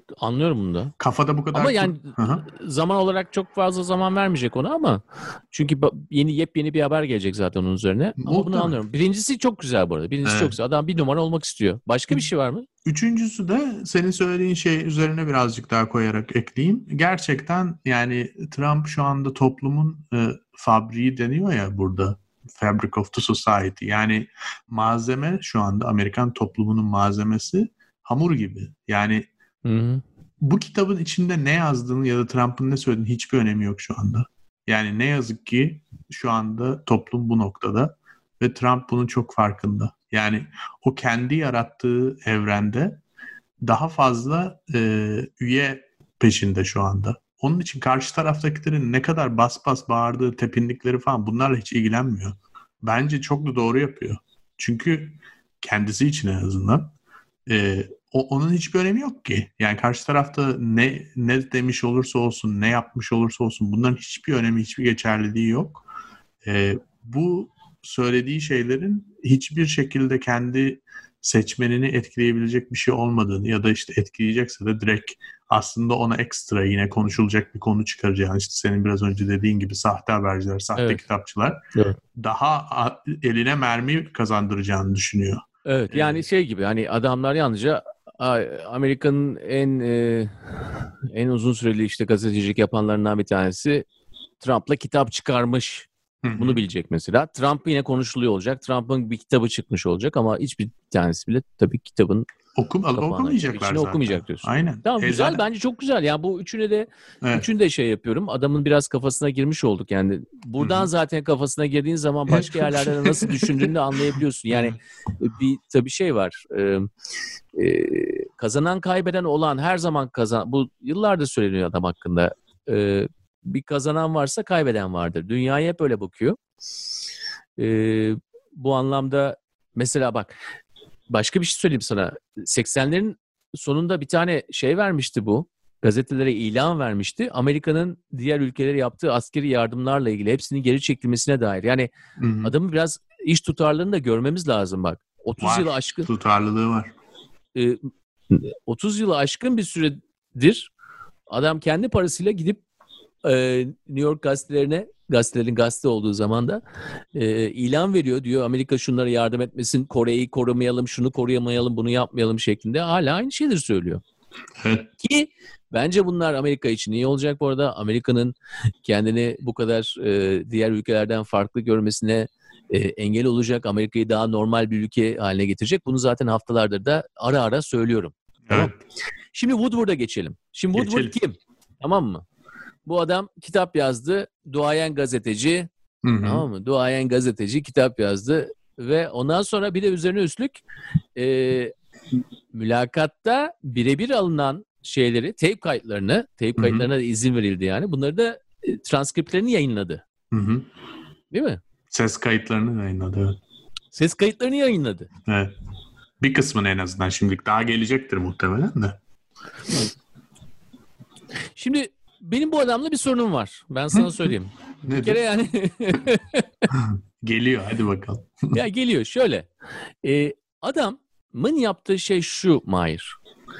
anlıyorum bunu da. Kafada bu kadar... Ama yani zaman olarak çok fazla zaman vermeyecek ona ama çünkü yepyeni bir haber gelecek zaten onun üzerine. Ama bunu anlıyorum. Birincisi çok güzel bu arada. Birincisi çok güzel. Adam bir numara olmak istiyor. Başka bir şey var mı? Üçüncüsü de senin söylediğin şey üzerine birazcık daha koyarak ekleyeyim. Gerçekten yani Trump şu anda toplumun fabriği deniyor ya burada. Fabric of the Society. Yani malzeme şu anda Amerikan toplumunun malzemesi hamur gibi. Yani bu kitabın içinde ne yazdığını ya da Trump'ın ne söylediğini hiçbir önemi yok şu anda. Yani ne yazık ki şu anda toplum bu noktada ve Trump bunun çok farkında. Yani o kendi yarattığı evrende daha fazla üye peşinde şu anda. Onun için karşı taraftakilerin ne kadar bas bas bağırdığı, tepindikleri falan bunlarla hiç ilgilenmiyor. Bence çok da doğru yapıyor. Çünkü kendisi için en azından onun hiçbir önemi yok ki. Yani karşı tarafta ne demiş olursa olsun, ne yapmış olursa olsun bunların hiçbir önemi, hiçbir geçerliliği yok. Bu söylediği şeylerin hiçbir şekilde kendi seçmenini etkileyebilecek bir şey olmadığını ya da işte etkileyecekse de direkt aslında ona ekstra yine konuşulacak bir konu çıkaracağını, işte senin biraz önce dediğin gibi sahte haberciler, sahte kitapçılar daha eline mermi kazandıracağını düşünüyor. Evet yani şey gibi hani adamlar yalnızca Amerika'nın en uzun süreli işte gazetecilik yapanlarından bir tanesi Trump'la kitap çıkarmış. Bunu bilecek mesela. Trump yine konuşuluyor olacak. Trump'ın bir kitabı çıkmış olacak ama hiçbir tanesi bile tabii kitabın okumayacaklar zaten. Okumayacak diyorsun. Aynen. Tamam güzel bence çok güzel. Yani bu üçünü de şey yapıyorum. Adamın biraz kafasına girmiş olduk yani. Buradan zaten kafasına girdiğin zaman başka yerlerde nasıl düşündüğünü de anlayabiliyorsun. Yani bir tabii şey var. Kazanan kaybeden olan her zaman bu yıllardır söyleniyor adam hakkında. Bir kazanan varsa kaybeden vardır. Dünyaya hep öyle bakıyor. Bu anlamda mesela bak başka bir şey söyleyeyim sana. 80'lerin sonunda bir tane şey vermişti bu. Gazetelere ilan vermişti. Amerika'nın diğer ülkelere yaptığı askeri yardımlarla ilgili hepsinin geri çekilmesine dair. Yani adamın biraz iş tutarlılığını da görmemiz lazım bak. 30 yılı aşkın. Tutarlılığı var. 30 yılı aşkın bir süredir adam kendi parasıyla gidip New York gazetelerin gazete olduğu zaman da ilan veriyor diyor. Amerika şunlara yardım etmesin, Kore'yi korumayalım, şunu koruyamayalım, bunu yapmayalım şeklinde hala aynı şeyleri söylüyor. Evet. Ki bence bunlar Amerika için iyi olacak bu arada. Amerika'nın kendini bu kadar diğer ülkelerden farklı görmesine engel olacak. Amerika'yı daha normal bir ülke haline getirecek. Bunu zaten haftalardır da ara ara söylüyorum. Evet. Tamam. Şimdi Woodward'a geçelim. Şimdi Woodward kim? Tamam mı? Bu adam kitap yazdı. Duayen gazeteci. Tamam mı? Duayen gazeteci kitap yazdı. Ve ondan sonra bir de üzerine üstlük mülakatta birebir alınan şeyleri, teyp kayıtlarına da izin verildi yani. Bunları da transkriptlerini yayınladı. Değil mi? Ses kayıtlarını yayınladı. Evet. Ses kayıtlarını yayınladı. Evet. Bir kısmını en azından şimdilik daha gelecektir muhtemelen de. Şimdi benim bu adamla bir sorunum var. Ben sana söyleyeyim. Bir kere yani geliyor hadi bakalım. Ya geliyor şöyle. Adamın yaptığı şey şu Mahir.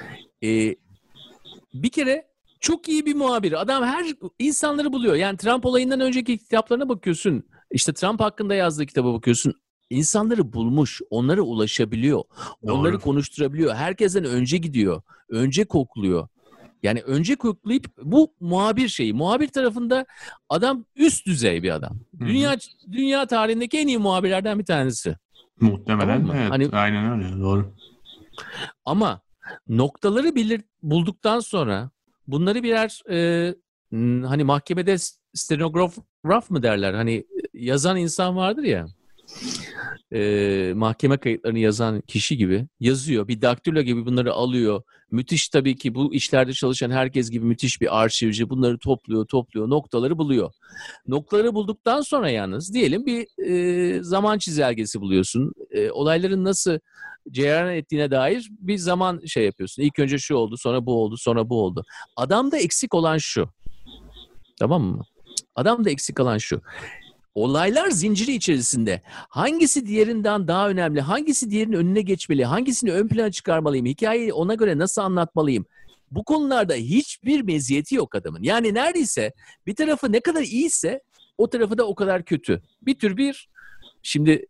Bir kere çok iyi bir muhabir. Adam her insanları buluyor. Yani Trump olayından önceki kitaplarına bakıyorsun. İşte Trump hakkında yazdığı kitaba bakıyorsun. İnsanları bulmuş. Onlara ulaşabiliyor. Onları Doğru. Konuşturabiliyor. Herkesten önce gidiyor. Önce kokluyor. Yani önce koklayıp bu muhabir şeyi. Muhabir tarafında adam üst düzey bir adam. Dünya tarihindeki en iyi muhabirlerden bir tanesi. Muhtemelen tamam evet. Hani, aynen öyle. Doğru. Ama noktaları bulduktan sonra bunları birer hani mahkemede stenograf mı derler? Hani yazan insan vardır ya. Mahkeme kayıtlarını yazan kişi gibi yazıyor. Bir daktilo gibi bunları alıyor. Müthiş tabii ki bu işlerde çalışan herkes gibi müthiş bir arşivci. Bunları topluyor, noktaları buluyor. Noktaları bulduktan sonra yalnız diyelim bir zaman çizelgesi buluyorsun. Olayların nasıl cereyan ettiğine dair bir zaman şey yapıyorsun. İlk önce şu oldu, sonra bu oldu, sonra bu oldu. Adamda eksik olan şu. Tamam mı? Adamda eksik olan şu. Olaylar zinciri içerisinde hangisi diğerinden daha önemli, hangisi diğerinin önüne geçmeli, hangisini ön plana çıkarmalıyım, hikayeyi ona göre nasıl anlatmalıyım? bu konularda hiçbir meziyeti yok adamın. Yani neredeyse bir tarafı ne kadar iyiyse o tarafı da o kadar kötü. Bir tür bir şimdi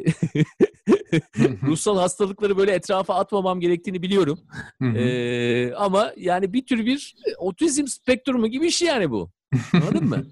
ruhsal hastalıkları böyle etrafa atmamam gerektiğini biliyorum. Ama yani bir tür bir otizm spektrumu gibi bir şey yani bu. Anladın mı?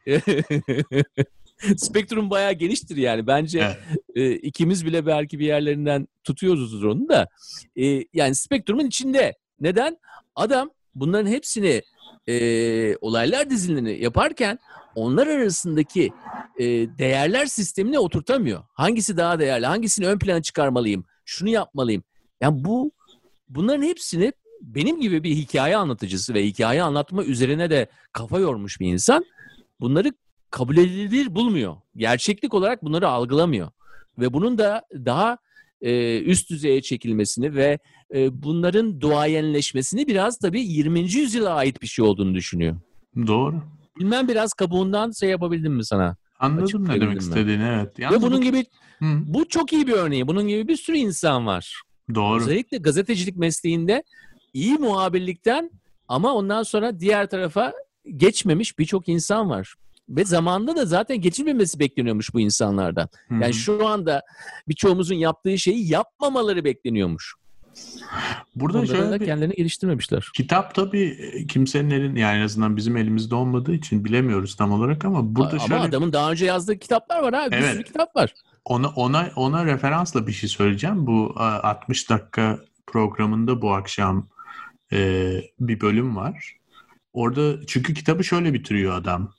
Spektrum bayağı geniştir yani. Bence ikimiz bile belki bir yerlerinden tutuyoruz onu da. Yani spektrumun içinde. Neden? Adam bunların hepsini olaylar dizilimini yaparken onlar arasındaki değerler sistemine oturtamıyor. Hangisi daha değerli? Hangisini ön plana çıkarmalıyım? Şunu yapmalıyım. Yani bunların hepsini benim gibi bir hikaye anlatıcısı ve hikaye anlatma üzerine de kafa yormuş bir insan bunları kabul edilir bulmuyor. Gerçeklik olarak bunları algılamıyor. Ve bunun da daha üst düzeye çekilmesini ve bunların duayenleşmesini biraz tabii 20. yüzyıla ait bir şey olduğunu düşünüyor. Doğru. Bilmem biraz kabuğundan yapabildim mi sana? Anladım ne demek istediğini, evet. Ve bunun gibi bu çok iyi bir örneği. Bunun gibi bir sürü insan var. Doğru. Özellikle gazetecilik mesleğinde iyi muhabirlikten ama ondan sonra diğer tarafa geçmemiş birçok insan var. Ve zamanında da zaten geçilmemesi bekleniyormuş bu insanlardan. Yani şu anda birçoğumuzun yaptığı şeyi yapmamaları bekleniyormuş. Burada onları şöyle da kendilerini geliştirmemişler. Kitap tabii kimsenin elinde, yani en azından bizim elimizde olmadığı için bilemiyoruz tam olarak, ama burada Ama adamın daha önce yazdığı kitaplar var abi. Bir sürü kitap var. Ona referansla bir şey söyleyeceğim. Bu 60 dakika programında bu akşam bir bölüm var. Orada çünkü kitabı şöyle bitiriyor adam.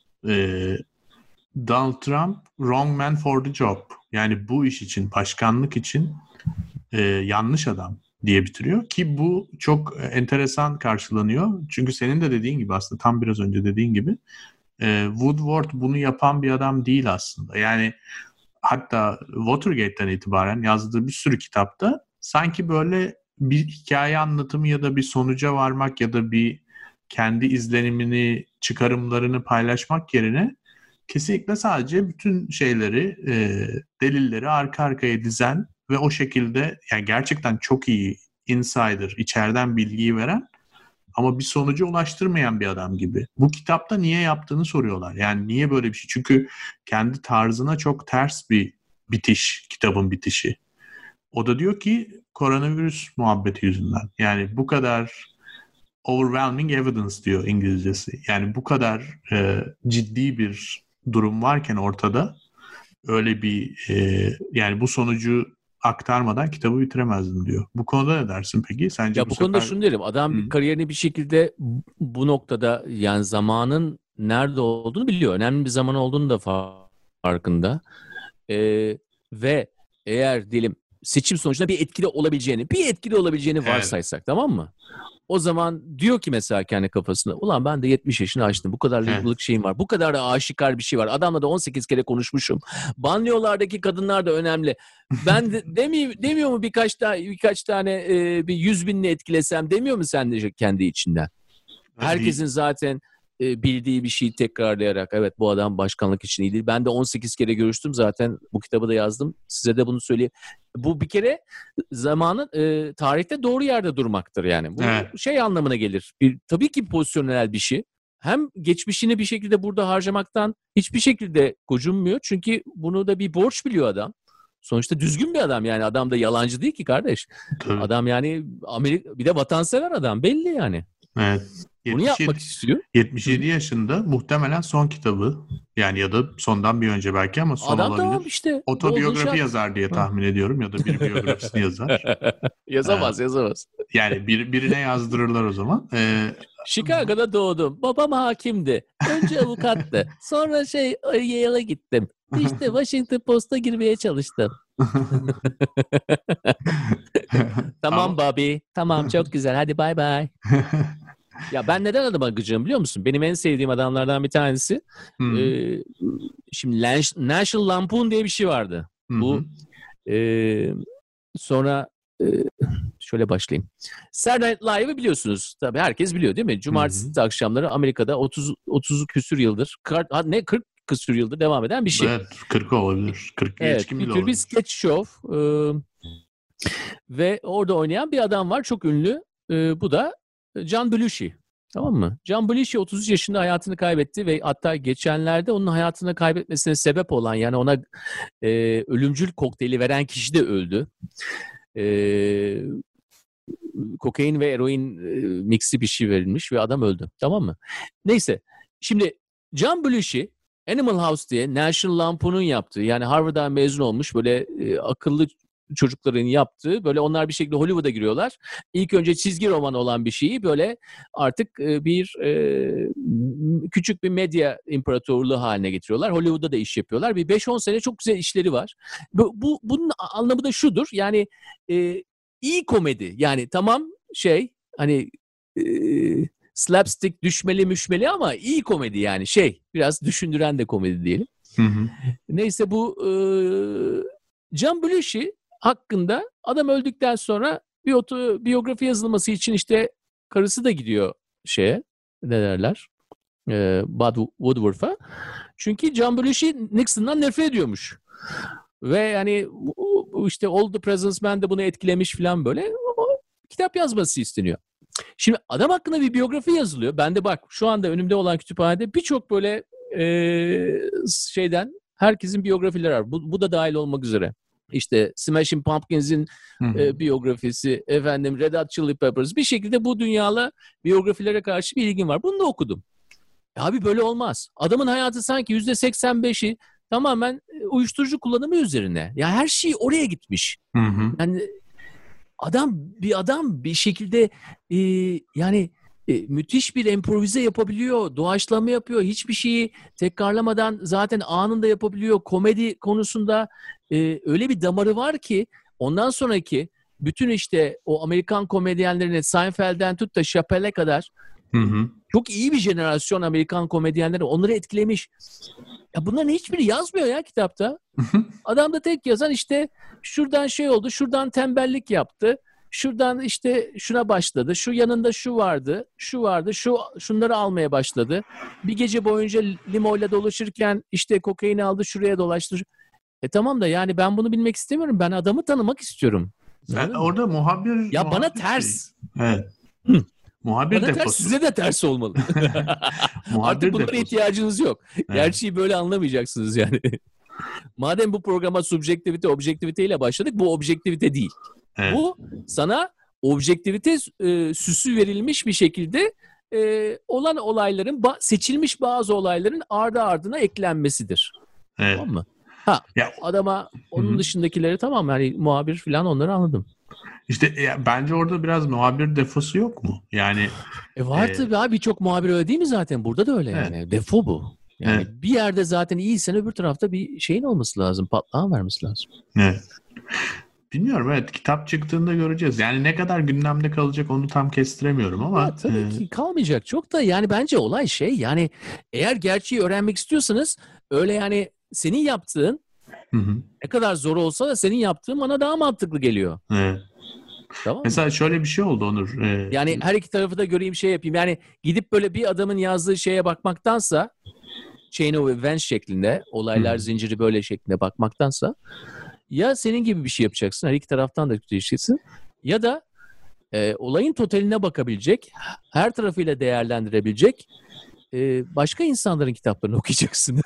Donald Trump wrong man for the job. Yani bu iş için, başkanlık için yanlış adam diye bitiriyor ki bu çok enteresan karşılanıyor. Çünkü senin de dediğin gibi, aslında tam biraz önce dediğin gibi Woodward bunu yapan bir adam değil aslında. Yani hatta Watergate'den itibaren yazdığı bir sürü kitapta sanki böyle bir hikaye anlatımı ya da bir sonuca varmak ya da bir kendi izlenimini, çıkarımlarını paylaşmak yerine kesinlikle sadece bütün şeyleri, delilleri arka arkaya dizen ve o şekilde yani gerçekten çok iyi insider, içeriden bilgiyi veren ama bir sonuca ulaştırmayan bir adam gibi. Bu kitapta niye yaptığını soruyorlar. Yani niye böyle bir şey? Çünkü kendi tarzına çok ters bir bitiş, kitabın bitişi. O da diyor ki koronavirüs muhabbeti yüzünden. Yani bu kadar overwhelming evidence diyor İngilizcesi. Yani bu kadar ciddi bir durum varken ortada öyle bir yani bu sonucu aktarmadan kitabı bitiremezdim diyor. Bu konuda ne dersin peki? Sence Ya bu konuda şunu derim. Adam kariyerini bir şekilde bu noktada yani zamanın nerede olduğunu biliyor. Önemli bir zaman olduğunu da farkında. Ve eğer diyelim seçim sonucunda bir etkili olabileceğini varsaysak, tamam mı? O zaman diyor ki mesela kendi kafasında, ulan ben de 70 yaşını aştım. Bu kadar yıllık şeyim var. Bu kadar da aşikar bir şey var. Adamla da 18 kere konuşmuşum. Banliyölardaki kadınlar da önemli. Ben de, demiyor mu birkaç tane bir 100 binini etkilesem demiyor mu sen de kendi içinden? Herkesin zaten bildiği bir şeyi tekrarlayarak evet bu adam başkanlık için iyi değil. Ben de 18 kere görüştüm zaten, bu kitabı da yazdım. Size de bunu söyleyeyim. Bu bir kere zamanın tarihte doğru yerde durmaktır yani. Bu şey anlamına gelir. Tabii ki pozisyonel bir şey. Hem geçmişini bir şekilde burada harcamaktan hiçbir şekilde gocunmuyor. Çünkü bunu da bir borç biliyor adam. Sonuçta düzgün bir adam yani. Adam da yalancı değil ki kardeş. Tabii. Adam yani bir de vatansever adam belli yani. Evet. Bunu yapmak istiyor. 77 yaşında muhtemelen son kitabı, yani ya da sondan bir önce belki ama son adam olabilir. Tamam işte, otobiyografi yazar diye tahmin ediyorum ya da bir biyografisini yazar. Yazamaz. Yani birine yazdırırlar o zaman. Chicago'da doğdum. Babam hakimdi. Önce avukattı. Sonra Yale'a gittim. İşte Washington Post'a girmeye çalıştım. Tamam Bobby. Tamam, çok güzel. Hadi bay bay. Ya ben neden adama gıcığım biliyor musun? Benim en sevdiğim adamlardan bir tanesi. Şimdi National Lampoon diye bir şey vardı. Bu sonra şöyle başlayayım. Saturday Night Live'ı biliyorsunuz. Tabii herkes biliyor değil mi? Cumartesi akşamları Amerika'da 30 küsür yıldır 40 küsür yıldır devam eden bir şey. Evet, 40 olabilir. 40 evet, bir tür bir sketch show. Ve orada oynayan bir adam var, çok ünlü. Bu da John Belushi. Tamam mı? John Belushi 33 yaşında hayatını kaybetti ve hatta geçenlerde onun hayatını kaybetmesine sebep olan, yani ona ölümcül kokteyli veren kişi de öldü. Kokain ve eroin mixi bir şey verilmiş ve adam öldü. Tamam mı? Neyse. Şimdi John Belushi Animal House diye National Lampoon'un yaptığı, yani Harvard'dan mezun olmuş böyle akıllı çocukların yaptığı, böyle onlar bir şekilde Hollywood'a giriyorlar. İlk önce çizgi roman olan bir şeyi böyle artık küçük bir medya imparatorluğu haline getiriyorlar. Hollywood'da da iş yapıyorlar. Bir 5-10 sene çok güzel işleri var. Bunun anlamı da şudur. Yani iyi komedi. Yani tamam hani slapstick, düşmeli müşmeli ama iyi komedi, yani biraz düşündüren de komedi diyelim. Hı hı. Neyse, bu John Belushi hakkında adam öldükten sonra bir biyografi yazılması için işte karısı da gidiyor ne derler, Bud Woodworth'a. Çünkü John Belushi Nixon'dan nefret ediyormuş. Ve yani işte All the President's Man de bunu etkilemiş falan böyle. Kitap yazması isteniyor. Şimdi adam hakkında bir biyografi yazılıyor. Ben de bak şu anda önümde olan kütüphanede birçok böyle herkesin biyografileri var. Bu da dahil olmak üzere. İşte Smashing Pumpkins'in biyografisi, Red Hot Chili Peppers. Bir şekilde bu dünyayla biyografilere karşı bir ilgim var. Bunu da okudum. Abi böyle olmaz. Adamın hayatı sanki %85'i tamamen uyuşturucu kullanımı üzerine. Ya her şey oraya gitmiş. Yani adam bir şekilde müthiş bir improvize yapabiliyor, doğaçlama yapıyor. Hiçbir şeyi tekrarlamadan zaten anında yapabiliyor. Komedi konusunda öyle bir damarı var ki ondan sonraki bütün işte o Amerikan komedyenlerine, Seinfeld'den tut da Chappelle'e kadar çok iyi bir jenerasyon Amerikan komedyenleri onları etkilemiş. Ya bunların hiçbiri yazmıyor ya kitapta. Adam da tek yazan işte şuradan oldu, şuradan tembellik yaptı. Şuradan işte şuna başladı. Şu yanında şu vardı. Şunları almaya başladı. Bir gece boyunca limoyla dolaşırken işte kokaini aldı, şuraya dolaştı. Tamam da yani ben bunu bilmek istemiyorum. Ben adamı tanımak istiyorum. Orada muhabir... Ya bana ters. Evet. Muhabir bana deposu. Ters, size de ters olmalı. Artık bunlara ihtiyacınız yok. Evet. Gerçeği böyle anlamayacaksınız yani. Madem bu programa subjektivite, objektivite ile başladık, bu objektivite değil. Evet. Bu sana objektivite süsü verilmiş bir şekilde olan olayların, seçilmiş bazı olayların ardı ardına eklenmesidir. Evet. Tamam mı? Adama onun dışındakileri tamam, yani muhabir falan, onları anladım. İşte bence orada biraz muhabir defosu yok mu? Yani var tabii abi, birçok muhabir öyle değil mi zaten? Burada da öyle yani. Evet. Defo bu. Yani bir yerde zaten iyiysen öbür tarafta bir şeyin olması lazım. Patlağın vermesi lazım. Evet. Bilmiyorum, evet, kitap çıktığında göreceğiz. Yani ne kadar gündemde kalacak onu tam kestiremiyorum ama. Ya, tabii ki kalmayacak çok da, yani bence olay yani eğer gerçeği öğrenmek istiyorsanız öyle yani senin yaptığın ne kadar zor olsa da senin yaptığın bana daha mantıklı geliyor. Evet. Tamam mesela şöyle bir şey oldu Onur. Yani her iki tarafı da göreyim, yapayım. Yani gidip böyle bir adamın yazdığı şeye bakmaktansa, Chain of Events şeklinde, olaylar zinciri böyle şeklinde bakmaktansa, ya senin gibi bir şey yapacaksın, her iki taraftan da tutuşacaksın, ya da olayın totaline bakabilecek, her tarafıyla değerlendirebilecek başka insanların kitaplarını okuyacaksın.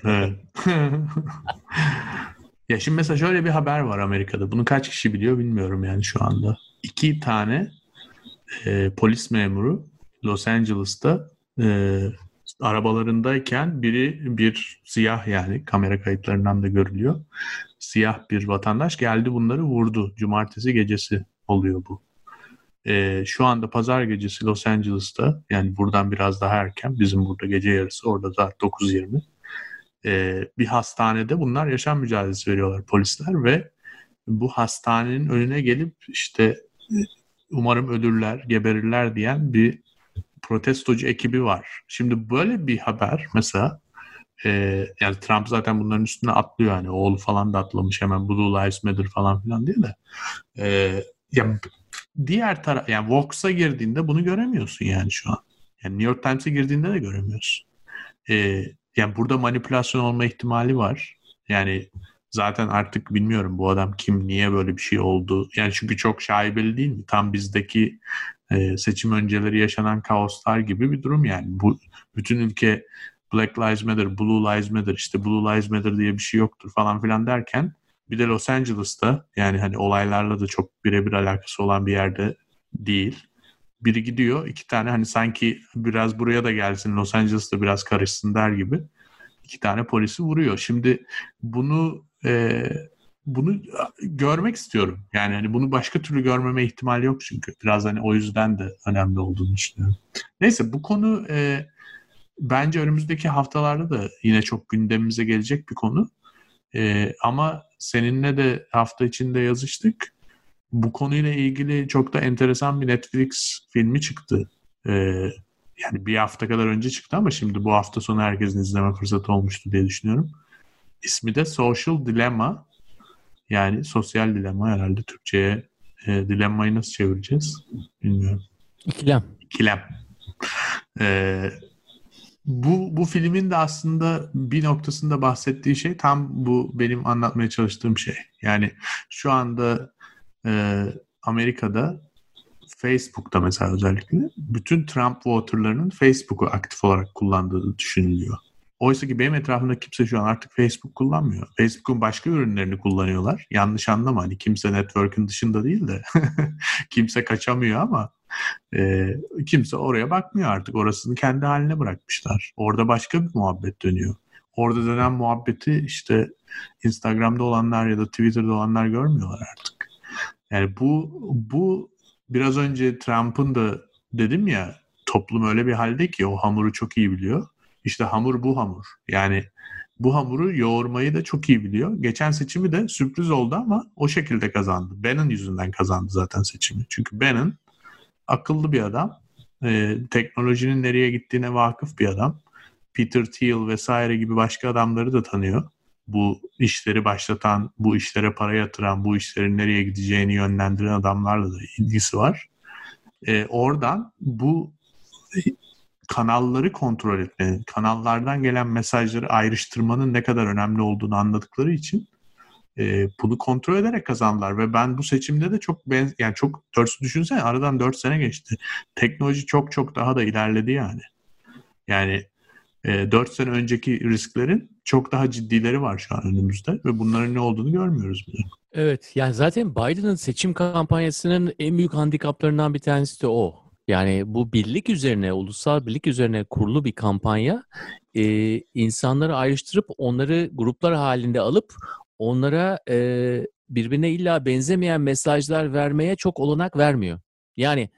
Ya şimdi mesela şöyle bir haber var Amerika'da. Bunu kaç kişi biliyor bilmiyorum yani şu anda. 2 tane polis memuru Los Angeles'ta arabalarındayken biri bir siyah, yani kamera kayıtlarından da görülüyor. Siyah bir vatandaş geldi, bunları vurdu. Cumartesi gecesi oluyor bu. Şu anda pazar gecesi Los Angeles'ta, yani buradan biraz daha erken, bizim burada gece yarısı, orada saat 9:20. Bir hastanede bunlar yaşam mücadelesi veriyorlar, polisler, ve bu hastanenin önüne gelip işte umarım ölürler, geberirler diyen bir protestocu ekibi var. Şimdi böyle bir haber mesela, yani Trump zaten bunların üstüne atlıyor, yani oğlu falan da atlamış hemen Blue Lives Matter falan filan diye de. Ya diğer taraf, yani Vox'a girdiğinde bunu göremiyorsun yani şu an. Yani New York Times'e girdiğinde de göremiyorsun. Yani burada manipülasyon olma ihtimali var. Yani zaten artık bilmiyorum bu adam kim, niye böyle bir şey oldu. Yani çünkü çok şaibeli değil mi? Tam bizdeki seçim önceleri yaşanan kaoslar gibi bir durum yani. Bu bütün ülke Black Lives Matter, Blue Lives Matter, işte Blue Lives Matter diye bir şey yoktur falan filan derken bir de Los Angeles'ta yani hani olaylarla da çok birebir alakası olan bir yerde değil. Biri gidiyor, iki tane hani sanki biraz buraya da gelsin, Los Angeles'ta biraz karışsın der gibi iki tane polisi vuruyor. Şimdi bunu görmek istiyorum. Yani hani bunu başka türlü görmeme ihtimali yok çünkü. Biraz hani o yüzden de önemli olduğunu düşünüyorum. Neyse bu konu bence önümüzdeki haftalarda da yine çok gündemimize gelecek bir konu. Ama seninle de hafta içinde yazıştık. Bu konuyla ilgili çok da enteresan bir Netflix filmi çıktı. Yani bir hafta kadar önce çıktı ama şimdi bu hafta sonu herkesin izleme fırsatı olmuştu diye düşünüyorum. İsmi de Social Dilemma. Yani sosyal dilema herhalde Türkçe'ye dilemmayı nasıl çevireceğiz bilmiyorum. İkilem. İkilem. Bu filmin de aslında bir noktasında bahsettiği şey tam bu benim anlatmaya çalıştığım şey. Yani şu anda Amerika'da Facebook'ta mesela özellikle bütün Trump voterlarının Facebook'u aktif olarak kullandığı düşünülüyor. Oysa ki benim etrafımda kimse şu an artık Facebook kullanmıyor. Facebook'un başka ürünlerini kullanıyorlar. Yanlış anlama hani kimse network'ün dışında değil de kimse kaçamıyor ama kimse oraya bakmıyor artık. Orasını kendi haline bırakmışlar. Orada başka bir muhabbet dönüyor. Orada dönen muhabbeti işte Instagram'da olanlar ya da Twitter'da olanlar görmüyorlar artık. Yani bu biraz önce Trump'ın da dedim ya toplum öyle bir halde ki o hamuru çok iyi biliyor. İşte hamur bu hamur. Yani bu hamuru yoğurmayı da çok iyi biliyor. Geçen seçimi de sürpriz oldu ama o şekilde kazandı. Bannon yüzünden kazandı zaten seçimi. Çünkü Bannon akıllı bir adam. Teknolojinin nereye gittiğine vakıf bir adam. Peter Thiel vesaire gibi başka adamları da tanıyor. Bu işleri başlatan, bu işlere para yatıran, bu işlerin nereye gideceğini yönlendiren adamlarla da ilgisi var. Oradan bu kanalları kontrol etmenin, kanallardan gelen mesajları ayrıştırmanın ne kadar önemli olduğunu anladıkları için bunu kontrol ederek kazandılar ve ben bu seçimde de çok yani çok düşünsene aradan 4 sene geçti. Teknoloji çok çok daha da ilerledi yani. Yani 4 sene önceki risklerin çok daha ciddileri var şu an önümüzde ve bunların ne olduğunu görmüyoruz bile. Evet, yani zaten Biden'ın seçim kampanyasının en büyük handikaplarından bir tanesi de o. Yani bu birlik üzerine, ulusal birlik üzerine kurulu bir kampanya insanları ayrıştırıp onları gruplar halinde alıp onlara birbirine illa benzemeyen mesajlar vermeye çok olanak vermiyor. Yani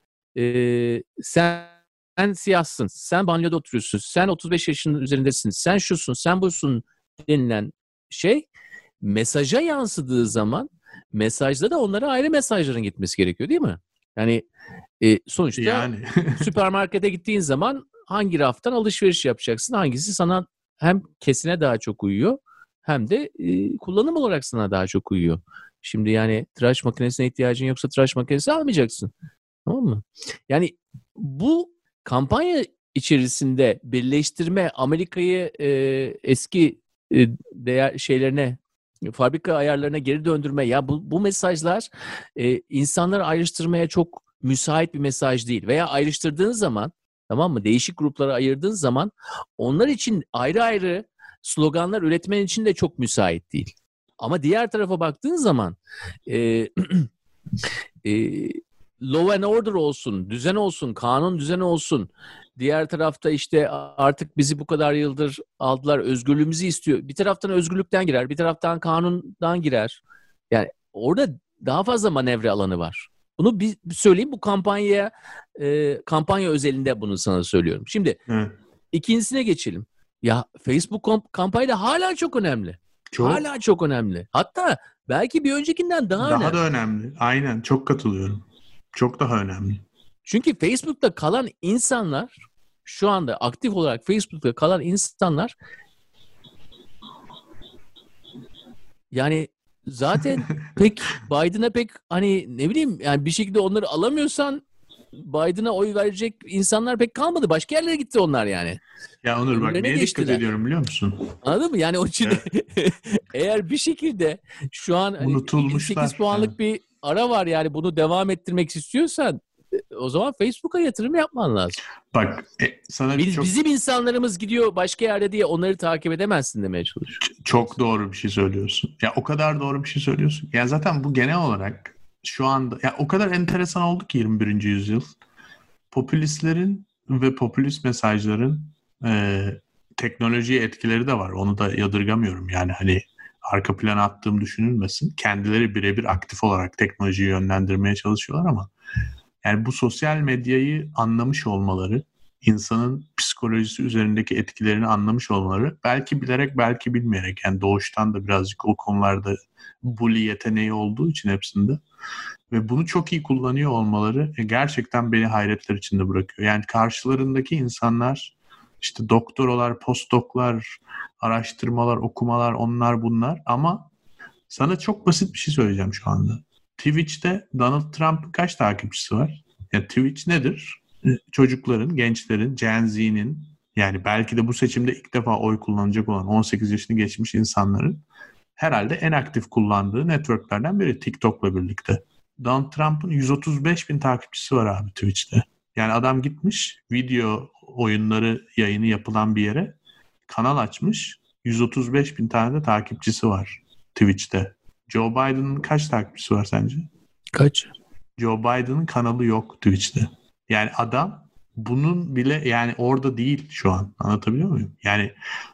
sen siyahsın, sen banyoda oturuyorsun, sen 35 yaşının üzerindesin, sen şusun, sen busun denilen şey mesaja yansıdığı zaman mesajda da onlara ayrı mesajların gitmesi gerekiyor değil mi? Yani sonuçta yani. süpermarkete gittiğin zaman hangi raftan alışveriş yapacaksın? Hangisi sana hem kesine daha çok uyuyor hem de kullanım olarak sana daha çok uyuyor. Şimdi yani tıraş makinesine ihtiyacın yoksa tıraş makinesi almayacaksın. Tamam mı? Yani bu kampanya içerisinde birleştirme, Amerika'yı eski değer şeylerine, fabrika ayarlarına geri döndürme, ya bu mesajlar insanları ayrıştırmaya çok müsait bir mesaj değil. Veya ayrıştırdığın zaman, tamam mı, değişik gruplara ayırdığın zaman onlar için ayrı ayrı sloganlar üretmen için de çok müsait değil. Ama diğer tarafa baktığın zaman law and order olsun, düzen olsun, kanun düzeni olsun. Diğer tarafta işte artık bizi bu kadar yıldır aldılar, özgürlüğümüzü istiyor. Bir taraftan özgürlükten girer, bir taraftan kanundan girer. Yani orada daha fazla manevra alanı var. Bunu bir söyleyeyim, bu kampanya özelinde bunu sana söylüyorum. Şimdi ikincisine geçelim. Ya Facebook kampanya hala çok önemli. Çok. Hala çok önemli. Hatta belki bir öncekinden daha önemli. Daha da önemli. Aynen, çok katılıyorum. Çok daha önemli. Çünkü Facebook'ta kalan insanlar, şu anda aktif olarak Facebook'ta kalan insanlar, yani zaten pek Biden'a pek hani ne bileyim yani bir şekilde onları alamıyorsan Biden'a oy verecek insanlar pek kalmadı. Başka yerlere gitti onlar yani. Ya Onur bak neye dikkat ediyorum biliyor musun? Anladın mı? Yani o için eğer bir şekilde şu an hani 8 puanlık bir ara var, yani bunu devam ettirmek istiyorsan O zaman Facebook'a yatırım yapman lazım. Bak sana Bizim insanlarımız gidiyor başka yerde diye onları takip edemezsin demeye çalışıyorum. Çok doğru bir şey söylüyorsun. Ya o kadar doğru bir şey söylüyorsun. Ya zaten bu genel olarak şu anda ya o kadar enteresan oldu ki 21. yüzyıl. Popülistlerin ve popülist mesajların teknolojiye etkileri de var. Onu da yadırgamıyorum. Yani hani arka plana attığım düşünülmesin. Kendileri birebir aktif olarak teknolojiyi yönlendirmeye çalışıyorlar ama yani bu sosyal medyayı anlamış olmaları, insanın psikolojisi üzerindeki etkilerini anlamış olmaları, belki bilerek belki bilmeyerek, yani doğuştan da birazcık o konularda bully yeteneği olduğu için hepsinde ve bunu çok iyi kullanıyor olmaları gerçekten beni hayretler içinde bırakıyor. Yani karşılarındaki insanlar işte doktoralar, postdoklar, araştırmalar, okumalar, onlar bunlar ama sana çok basit bir şey söyleyeceğim şu anda. Twitch'te Donald Trump'ın kaç takipçisi var? Yani Twitch nedir? Çocukların, gençlerin, Gen Z'nin, yani belki de bu seçimde ilk defa oy kullanacak olan 18 yaşını geçmiş insanların herhalde en aktif kullandığı networklerden biri TikTok'la birlikte. Donald Trump'ın 135 bin takipçisi var abi Twitch'te. Yani adam gitmiş video oyunları yayını yapılan bir yere kanal açmış. 135 bin tane de takipçisi var Twitch'te. Joe Biden'ın kaç takipçisi var sence? Kaç? Joe Biden'ın kanalı yok Twitch'te. Yani adam bunun bile yani orada değil şu an. Anlatabiliyor muyum? Yani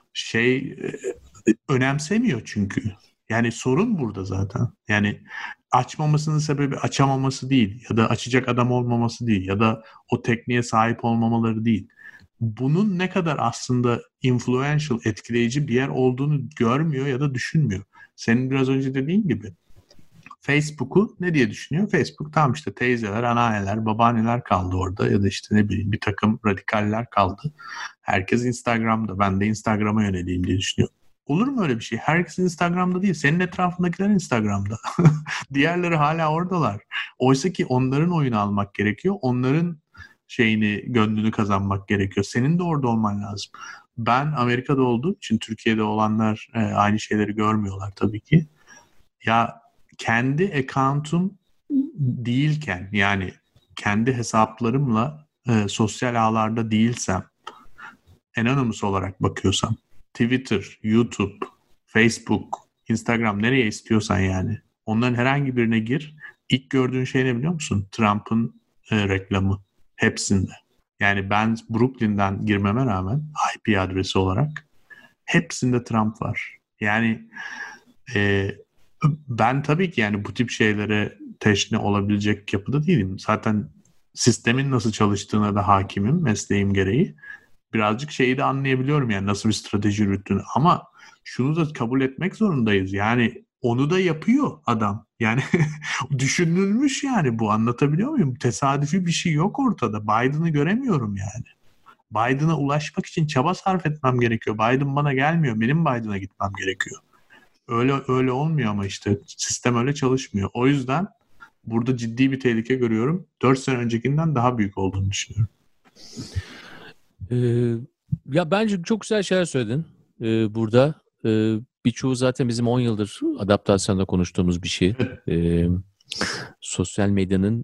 önemsemiyor çünkü. Yani sorun burada zaten. Yani açmamasının sebebi açamaması değil ya da açacak adam olmaması değil ya da o tekniğe sahip olmamaları değil. Bunun ne kadar aslında influential, etkileyici bir yer olduğunu görmüyor ya da düşünmüyor. Senin biraz önce dediğin gibi Facebook'u ne diye düşünüyor? Facebook tam işte teyzeler, anneanneler, babaanneler kaldı orada ya da işte ne bileyim bir takım radikaller kaldı. Herkes Instagram'da. Ben de Instagram'a yöneleyim diye düşünüyor. Olur mu öyle bir şey? Herkes Instagram'da değil. Senin etrafındakiler Instagram'da. Diğerleri hala oradalar. Oysa ki onların oyunu almak gerekiyor. Onların gönlünü kazanmak gerekiyor. Senin de orada olman lazım. Ben Amerika'da olduğum için Türkiye'de olanlar aynı şeyleri görmüyorlar tabii ki. Ya kendi account'um değilken yani kendi hesaplarımla sosyal ağlarda değilsem, anonymous olarak bakıyorsam, Twitter, YouTube, Facebook, Instagram nereye istiyorsan yani onların herhangi birine gir. İlk gördüğün şey ne biliyor musun? Trump'ın reklamı. Hepsinde. Yani ben Brooklyn'den girmeme rağmen IP adresi olarak hepsinde Trump var. Yani ben tabii ki yani bu tip şeylere teşne olabilecek yapıda değilim. Zaten sistemin nasıl çalıştığına da hakimim mesleğim gereği. Birazcık şeyi de anlayabiliyorum yani nasıl bir strateji yürüttüğünü. Ama şunu da kabul etmek zorundayız. Yani onu da yapıyor adam. Yani düşünülmüş yani bu, anlatabiliyor muyum? Tesadüfi bir şey yok ortada. Biden'ı göremiyorum yani. Biden'a ulaşmak için çaba sarf etmem gerekiyor. Biden bana gelmiyor. Benim Biden'a gitmem gerekiyor. Öyle olmuyor ama işte sistem öyle çalışmıyor. O yüzden burada ciddi bir tehlike görüyorum. 4 sene öncekinden daha büyük olduğunu düşünüyorum. Ya bence çok güzel şeyler söyledin burada. Birçoğu zaten bizim 10 yıldır adaptasyonda konuştuğumuz bir şey. Sosyal medyanın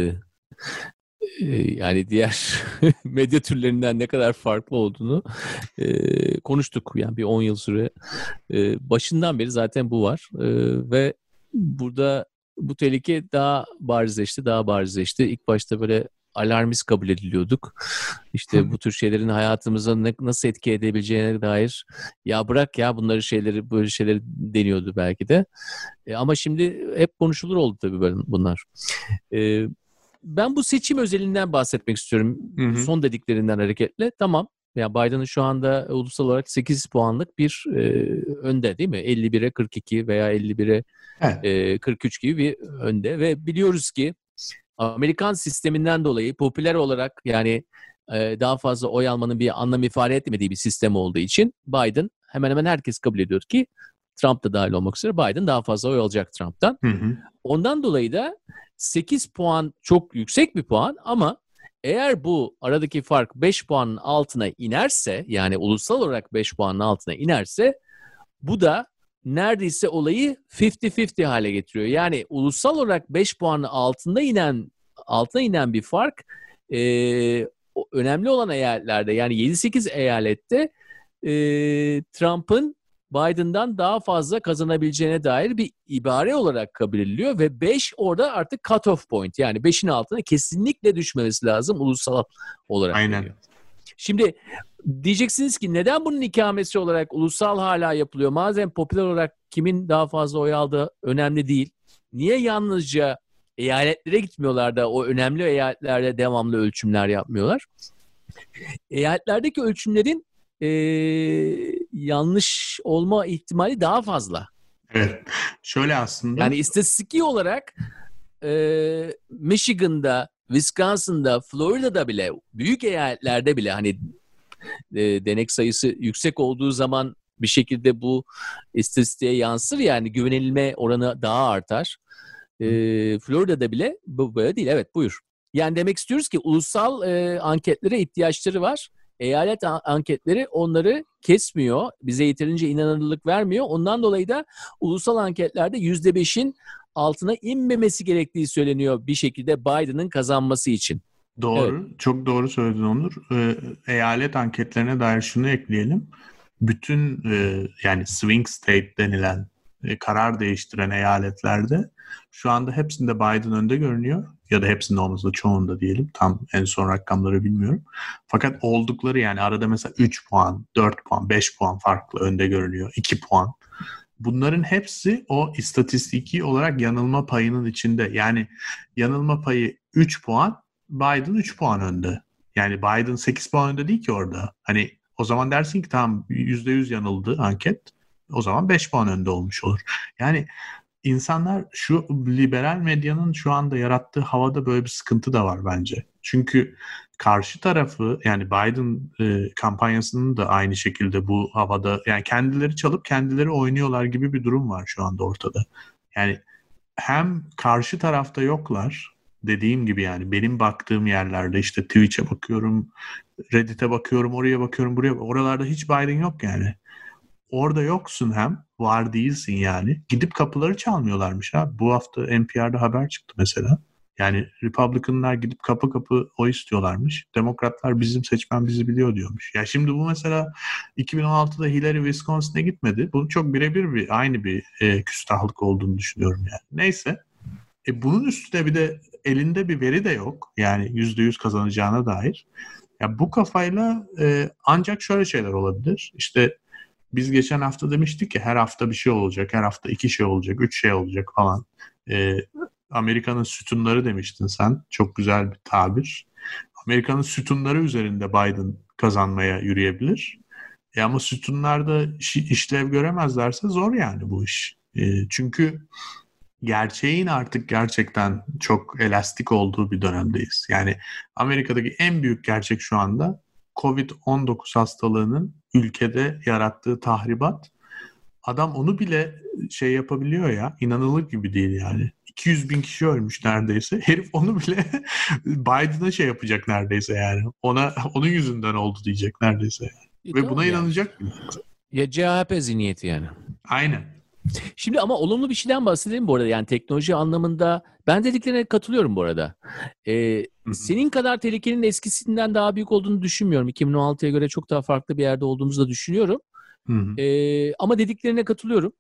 yani diğer medya türlerinden ne kadar farklı olduğunu konuştuk. Yani bir 10 yıl süre başından beri zaten bu var ve burada bu tehlike daha barizleşti. İlk başta böyle alarmist kabul ediliyorduk. İşte bu tür şeylerin hayatımıza nasıl etki edebileceğine dair ya bırak ya böyle şeyleri deniyordu belki de. Ama şimdi hep konuşulur oldu tabii bunlar. Ben bu seçim özelinden bahsetmek istiyorum. Son dediklerinden hareketle. Tamam. Yani Biden'ın şu anda ulusal olarak 8 puanlık bir önde değil mi? 51'e 42 veya 51'e 43 gibi bir önde ve biliyoruz ki Amerikan sisteminden dolayı popüler olarak yani daha fazla oy almanın bir anlam ifade etmediği bir sistem olduğu için Biden hemen hemen herkes kabul ediyor ki Trump da dahil olmak üzere Biden daha fazla oy alacak Trump'tan. Ondan dolayı da 8 puan çok yüksek bir puan ama eğer bu aradaki fark 5 puanın altına inerse yani ulusal olarak 5 puanın altına inerse bu da neredeyse olayı 50-50 hale getiriyor. Yani ulusal olarak 5 puanın altında inen altına inen bir fark. Önemli olan eyaletlerde, yani 7-8 eyalette Trump'ın Biden'dan daha fazla kazanabileceğine dair bir ibare olarak kabul ediliyor ve 5 orada artık cut off point, yani 5'in altına kesinlikle düşmemesi lazım ulusal olarak. Aynen. Geliyor. Şimdi diyeceksiniz ki neden bunun ikamesi olarak ulusal hala yapılıyor? Madem popüler olarak kimin daha fazla oy aldığı önemli değil. Niye yalnızca eyaletlere gitmiyorlar da o önemli eyaletlerde devamlı ölçümler yapmıyorlar? Eyaletlerdeki ölçümlerin yanlış olma ihtimali daha fazla. Evet. Şöyle aslında. Yani istatistiki olarak Michigan'da, Wisconsin'da, Florida'da bile, büyük eyaletlerde bile hani denek sayısı yüksek olduğu zaman bir şekilde bu istatistiğe yansır, yani güvenilme oranı daha artar. Florida'da bile bu böyle değil. Evet, buyur. Yani demek istiyoruz ki ulusal anketlere ihtiyaçları var. Eyalet anketleri onları kesmiyor. Bize yeterince inanırlılık vermiyor. Ondan dolayı da ulusal anketlerde %5'in altına inmemesi gerektiği söyleniyor bir şekilde Biden'ın kazanması için. Doğru. Evet. Çok doğru söyledin Onur. Eyalet anketlerine dair şunu ekleyelim. Bütün yani swing state denilen karar değiştiren eyaletlerde şu anda hepsinde Biden önde görünüyor. Ya da hepsinde olmasa da çoğunda diyelim. Tam en son rakamları bilmiyorum. Fakat oldukları, yani arada mesela 3 puan, 4 puan, 5 puan farklı önde görünüyor. 2 puan. Bunların hepsi o istatistiki olarak yanılma payının içinde. Yani yanılma payı 3 puan, Biden 3 puan önde. Yani Biden 8 puan önde değil ki orada. Hani o zaman dersin ki tamam %100 yanıldı anket. O zaman 5 puan önde olmuş olur. Yani insanlar, şu liberal medyanın şu anda yarattığı havada böyle bir sıkıntı da var bence. Çünkü karşı tarafı, yani Biden kampanyasının da aynı şekilde bu havada, yani kendileri çalıp kendileri oynuyorlar gibi bir durum var şu anda ortada. Yani hem karşı tarafta yoklar, dediğim gibi, yani benim baktığım yerlerde işte Twitch'e bakıyorum, Reddit'e bakıyorum, oraya bakıyorum, buraya, oralarda hiç Biden yok yani. Orada yoksun, hem var değilsin yani. Gidip kapıları çalmıyorlarmış ha. Bu hafta NPR'da haber çıktı mesela. Yani Republicanlar gidip kapı kapı oy istiyorlarmış. Demokratlar bizim seçmen bizi biliyor diyormuş. Ya şimdi bu mesela 2016'da Hillary Wisconsin'e gitmedi. Bunun çok birebir aynı bir küstahlık olduğunu düşünüyorum yani. Neyse. Bunun üstüne bir de elinde bir veri de yok. Yani %100 kazanacağına dair. Ya bu kafayla ancak şöyle şeyler olabilir. İşte biz geçen hafta demiştik ki her hafta bir şey olacak, her hafta 2 şey olacak, 3 şey olacak falan. Amerika'nın sütunları demiştin sen. Çok güzel bir tabir. Amerika'nın sütunları üzerinde Biden kazanmaya yürüyebilir. Ama sütunlarda işlev göremezlerse zor yani bu iş. Çünkü gerçeğin artık gerçekten çok elastik olduğu bir dönemdeyiz. Yani Amerika'daki en büyük gerçek şu anda Covid-19 hastalığının ülkede yarattığı tahribat. Adam onu bile şey yapabiliyor ya, inanılır gibi değil yani. 200 bin kişi ölmüş neredeyse. Herif onu bile Biden'a şey yapacak neredeyse yani. Onun yüzünden oldu diyecek neredeyse yani. Ve buna inanacak mı? Ya CHP zihniyeti yani. Aynen. Şimdi ama olumlu bir şeyden bahsedelim bu arada. Yani teknoloji anlamında ben dediklerine katılıyorum bu arada. Senin kadar tehlikenin eskisinden daha büyük olduğunu düşünmüyorum. 2016'ya göre çok daha farklı bir yerde olduğumuzu da düşünüyorum. Ama dediklerine katılıyorum.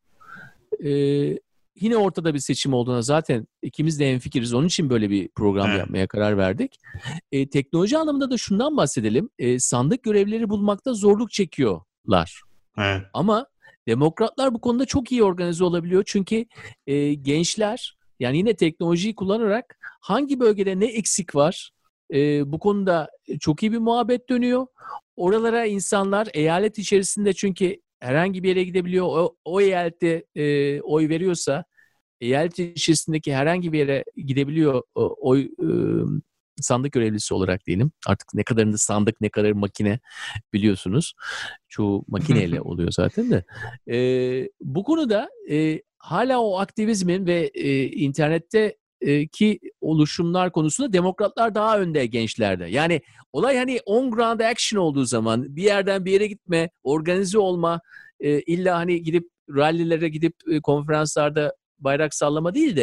Yine ortada bir seçim olduğuna zaten ikimiz de hemfikiriz. Onun için böyle bir program yapmaya karar verdik. Teknoloji anlamında da şundan bahsedelim. Sandık görevlileri bulmakta zorluk çekiyorlar. Evet. Ama demokratlar bu konuda çok iyi organize olabiliyor. Çünkü gençler, yani yine teknolojiyi kullanarak hangi bölgede ne eksik var, bu konuda çok iyi bir muhabbet dönüyor. Oralara insanlar eyalet içerisinde, çünkü herhangi bir yere gidebiliyor. O eyalette oy veriyorsa eyalet içerisindeki herhangi bir yere gidebiliyor oy sandık görevlisi olarak diyelim. Artık ne kadarında sandık, ne kadar makine biliyorsunuz. Çoğu makineyle oluyor zaten de. Bu konuda hala o aktivizmin ve internetteki oluşumlar konusunda demokratlar daha önde gençlerde. Yani olay hani on ground action olduğu zaman, bir yerden bir yere gitme, organize olma, illa hani gidip rallilere gidip konferanslarda bayrak sallama değil de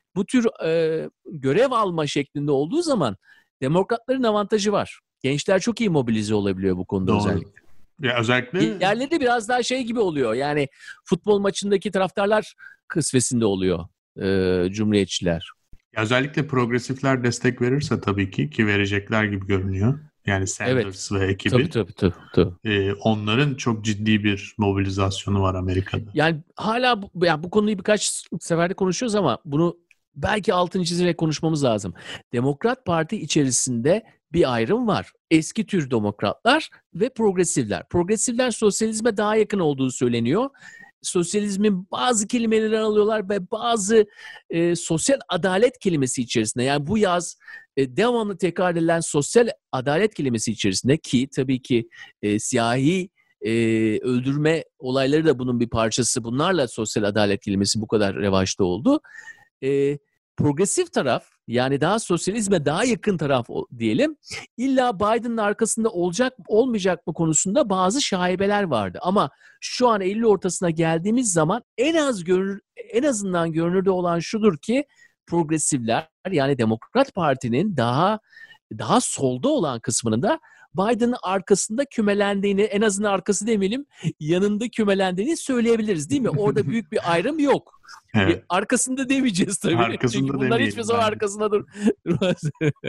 bu tür görev alma şeklinde olduğu zaman demokratların avantajı var. Gençler çok iyi mobilize olabiliyor bu konuda Doğru. özellikle. Ya özellikle Yerleri biraz daha şey gibi oluyor. Yani futbol maçındaki taraftarlar kısvesinde oluyor cumhuriyetçiler. ya özellikle progresifler destek verirse tabii ki verecekler gibi görünüyor. Yani Sanders ve ekibi. Tabii. Onların çok ciddi bir mobilizasyonu var Amerika'da. Yani hala bu konuyu birkaç seferde konuşuyoruz ama bunu belki altını çizerek konuşmamız lazım. Demokrat Parti içerisinde bir ayrım var. Eski tür demokratlar ve progresifler. Progresifler sosyalizme daha yakın olduğu söyleniyor. Sosyalizmin bazı kelimeleri alıyorlar ve bazı sosyal adalet kelimesi içerisinde, yani bu yaz devamlı tekrar edilen sosyal adalet kelimesi içerisinde, ki tabii ki siyahi öldürme olayları da bunun bir parçası. Bunlarla sosyal adalet kelimesi bu kadar revaçta oldu. Progresif taraf, yani daha sosyalizme daha yakın taraf diyelim, illa Biden'ın arkasında olacak olmayacak mı konusunda bazı şaibeler vardı. Ama şu an Eylül ortasına geldiğimiz zaman en azından görünürde olan şudur ki progresifler, yani Demokrat Parti'nin daha solda olan kısmının da Biden'ın arkasında kümelendiğini, en azından arkası demeyelim, yanında kümelendiğini söyleyebiliriz, değil mi? Orada büyük bir ayrım yok. Evet. Arkasında demeyeceğiz tabii. Arkasında çünkü bunlar demeyelim hiçbir zaman bence. arkasında durmaz.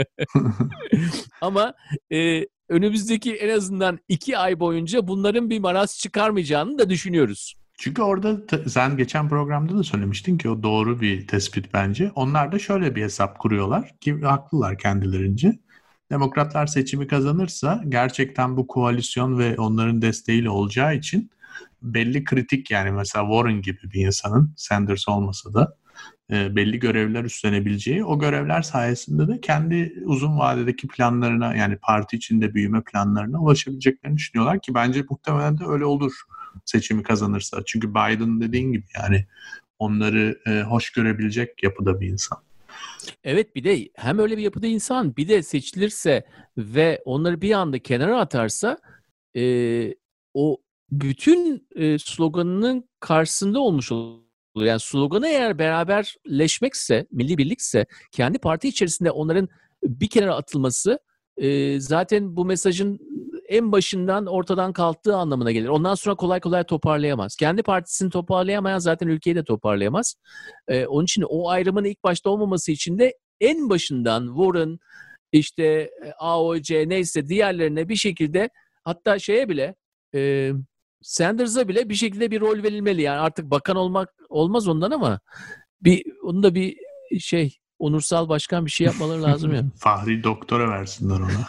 Ama önümüzdeki en azından 2 ay boyunca bunların bir maraz çıkarmayacağını da düşünüyoruz. Çünkü orada sen geçen programda da söylemiştin ki o doğru bir tespit bence. Onlar da şöyle bir hesap kuruyorlar ki haklılar kendilerince. Demokratlar seçimi kazanırsa gerçekten bu koalisyon ve onların desteğiyle olacağı için belli kritik, yani mesela Warren gibi bir insanın, Sanders olmasa da belli görevler üstlenebileceği, o görevler sayesinde de kendi uzun vadedeki planlarına, yani parti içinde büyüme planlarına ulaşabileceklerini düşünüyorlar ki bence muhtemelen de öyle olur seçimi kazanırsa. Çünkü Biden dediğin gibi yani onları hoş görebilecek yapıda bir insan. Evet, bir de hem öyle bir yapıda insan, bir de seçilirse ve onları bir anda kenara atarsa o bütün sloganının karşısında olmuş olur. Yani sloganı eğer beraberleşmekse, milli birlikse, kendi parti içerisinde onların bir kenara atılması zaten bu mesajın en başından ortadan kalktığı anlamına gelir. Ondan sonra kolay kolay toparlayamaz. Kendi partisini toparlayamayan zaten ülkeyi de toparlayamaz. Onun için o ayrımın ilk başta olmaması için de en başından Warren, işte AOC, neyse diğerlerine bir şekilde, hatta şeye bile Sanders'a bile bir şekilde bir rol verilmeli. Yani artık bakan olmak olmaz ondan ama onun da bir onursal başkan bir şey yapmaları lazım ya. Fahri doktora versinler ona.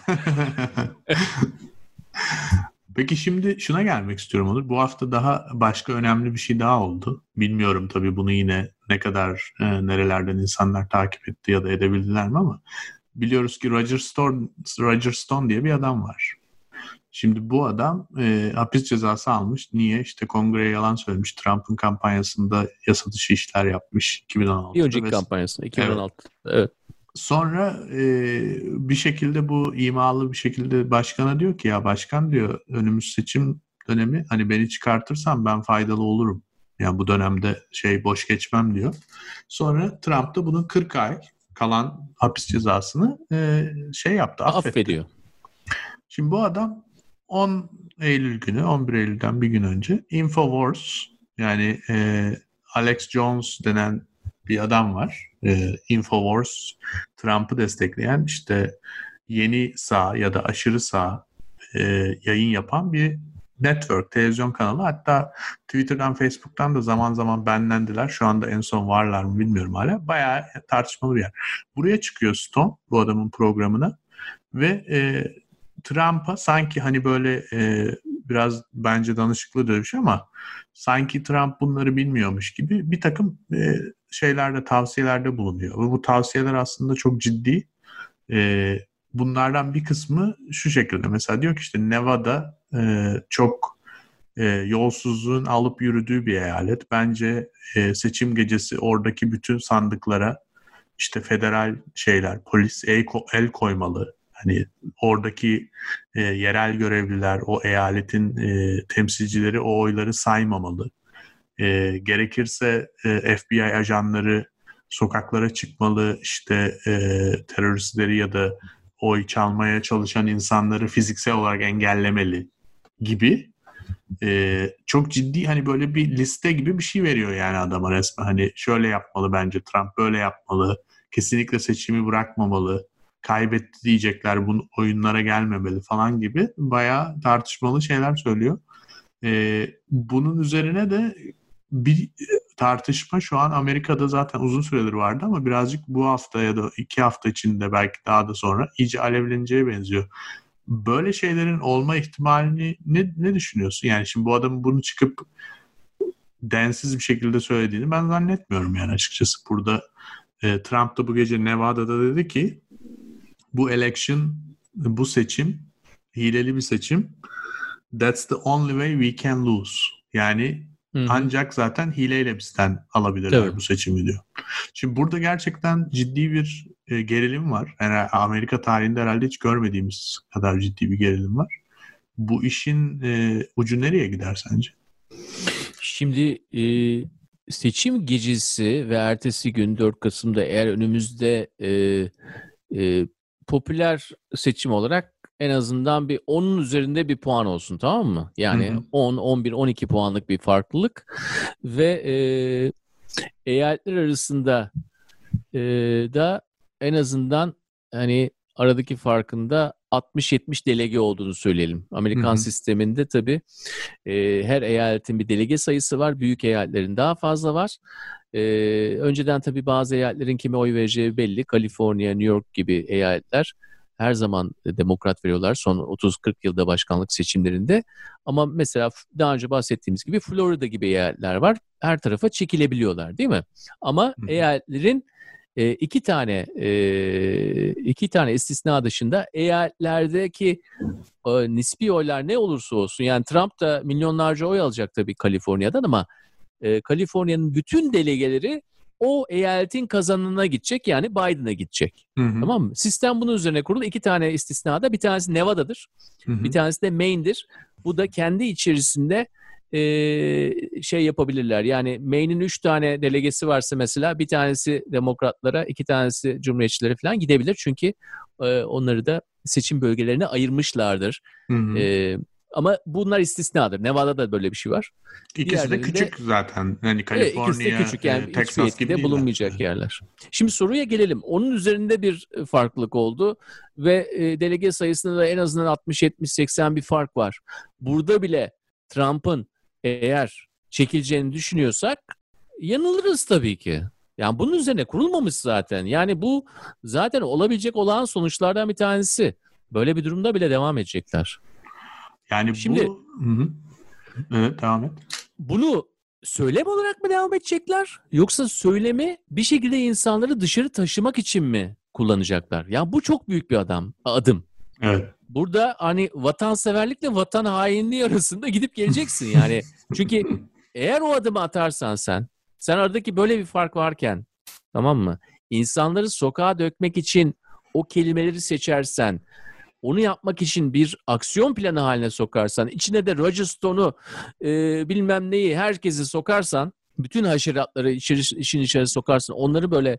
Peki şimdi şuna gelmek istiyorum Onur. Bu hafta daha başka önemli bir şey daha oldu. Bilmiyorum tabii bunu yine ne kadar nerelerden insanlar takip etti ya da edebildiler mi, ama biliyoruz ki Roger Stone diye bir adam var. Şimdi bu adam hapis cezası almış. Niye? İşte kongreye yalan söylemiş. Trump'ın kampanyasında yasa dışı işler yapmış 2016'da. Bir önceki kampanyasında 2016. Evet. Sonra bir şekilde bu imalı bir şekilde başkana diyor ki, ya başkan diyor, önümüz seçim dönemi, hani beni çıkartırsan ben faydalı olurum. Yani bu dönemde boş geçmem diyor. Sonra Trump da bunun 40 ay kalan hapis cezasını yaptı, affediyor. Şimdi bu adam 10 Eylül günü, 11 Eylül'den bir gün önce Infowars, yani Alex Jones denen bir adam var. Infowars, Trump'ı destekleyen, işte yeni sağ ya da aşırı sağ yayın yapan bir network, televizyon kanalı. Hatta Twitter'dan, Facebook'tan da zaman zaman banlendiler. Şu anda en son varlar mı bilmiyorum hala. Bayağı tartışmalı bir yer. Buraya çıkıyor Stone, bu adamın programına ve Trump'a sanki hani böyle biraz bence danışıklı dövüş, ama sanki Trump bunları bilmiyormuş gibi bir takım tavsiyelerde bulunuyor. Ve bu tavsiyeler aslında çok ciddi. Bunlardan bir kısmı şu şekilde. Mesela diyor ki işte Nevada çok yolsuzluğun alıp yürüdüğü bir eyalet. Bence seçim gecesi oradaki bütün sandıklara işte federal polis el koymalı. Hani oradaki yerel görevliler, o eyaletin temsilcileri o oyları saymamalı. Gerekirse FBI ajanları sokaklara çıkmalı, işte teröristleri ya da oy çalmaya çalışan insanları fiziksel olarak engellemeli gibi çok ciddi hani böyle bir liste gibi bir şey veriyor yani adama resmen. Hani şöyle yapmalı bence Trump, böyle yapmalı, kesinlikle seçimi bırakmamalı, kaybetti diyecekler, bu oyunlara gelmemeli falan gibi bayağı tartışmalı şeyler söylüyor. Bunun üzerine de bir tartışma şu an Amerika'da zaten uzun süredir vardı ama birazcık bu hafta ya da 2 hafta içinde belki daha da sonra iyice alevleneceğe benziyor. Böyle şeylerin olma ihtimalini ne düşünüyorsun? Yani şimdi bu adamın bunu çıkıp densiz bir şekilde söylediğini ben zannetmiyorum yani açıkçası. Burada Trump da bu gece Nevada'da dedi ki bu seçim hileli bir seçim. That's the only way we can lose. Yani ancak zaten hileyle bizden alabilirler Tabii. bu seçimi diyor. Şimdi burada gerçekten ciddi bir gerilim var. Yani Amerika tarihinde herhalde hiç görmediğimiz kadar ciddi bir gerilim var. Bu işin ucu nereye gider sence? Şimdi seçim gecesi ve ertesi gün 4 Kasım'da eğer önümüzde popüler seçim olarak en azından bir 10'un üzerinde bir puan olsun, tamam mı? Yani 10, 11, 12 puanlık bir farklılık ve eyaletler arasında da en azından hani aradaki farkında 60-70 delege olduğunu söyleyelim. Amerikan sisteminde tabii her eyaletin bir delege sayısı var. Büyük eyaletlerin daha fazla var. Önceden tabii bazı eyaletlerin kime oy vereceği belli. Kaliforniya, New York gibi eyaletler her zaman demokrat veriyorlar son 30-40 yılda başkanlık seçimlerinde. Ama mesela daha önce bahsettiğimiz gibi Florida gibi eyaletler var. Her tarafa çekilebiliyorlar, değil mi? Ama eyaletlerin iki tane istisna dışında eyaletlerdeki nispi oylar ne olursa olsun, yani Trump da milyonlarca oy alacak tabii Kaliforniya'dan ama Kaliforniya'nın bütün delegeleri o eyaletin kazananına gidecek, yani Biden'a gidecek. Tamam mı? Sistem bunun üzerine kurulu. 2 tane istisnada, bir tanesi Nevada'dır, bir tanesi de Maine'dir. Bu da kendi içerisinde şey yapabilirler. Yani Maine'in 3 tane delegesi varsa mesela bir tanesi demokratlara, 2 tanesi cumhuriyetçilere falan gidebilir. Çünkü onları da seçim bölgelerine ayırmışlardır. Ama bunlar istisnadır. Nevada'da böyle bir şey var. İkisi de küçük zaten. Yani İkisi de küçük. Yani Texas hiçbir gibi etkide bulunmayacak yerler. Şimdi soruya gelelim. Onun üzerinde bir farklılık oldu ve delege sayısında da en azından 60, 70, 80 bir fark var. Burada bile Trump'ın eğer çekileceğini düşünüyorsak yanılırız tabii ki. Yani bunun üzerine kurulmamış zaten. Yani bu zaten olabilecek olağan sonuçlardan bir tanesi. Böyle bir durumda bile devam edecekler. Yani şimdi, evet, devam et. Bunu söylem olarak mı devam edecekler? Yoksa söylemi bir şekilde insanları dışarı taşımak için mi kullanacaklar? Ya bu çok büyük bir adım. Evet. Burada hani vatanseverlikle vatan hainliği arasında gidip geleceksin yani. Çünkü eğer o adımı atarsan sen aradaki böyle bir fark varken, tamam mı? İnsanları sokağa dökmek için o kelimeleri seçersen, onu yapmak için bir aksiyon planı haline sokarsan, içine de Roger Stone'u bilmem neyi, herkesi sokarsan, bütün haşeratları işin içine sokarsan, onları böyle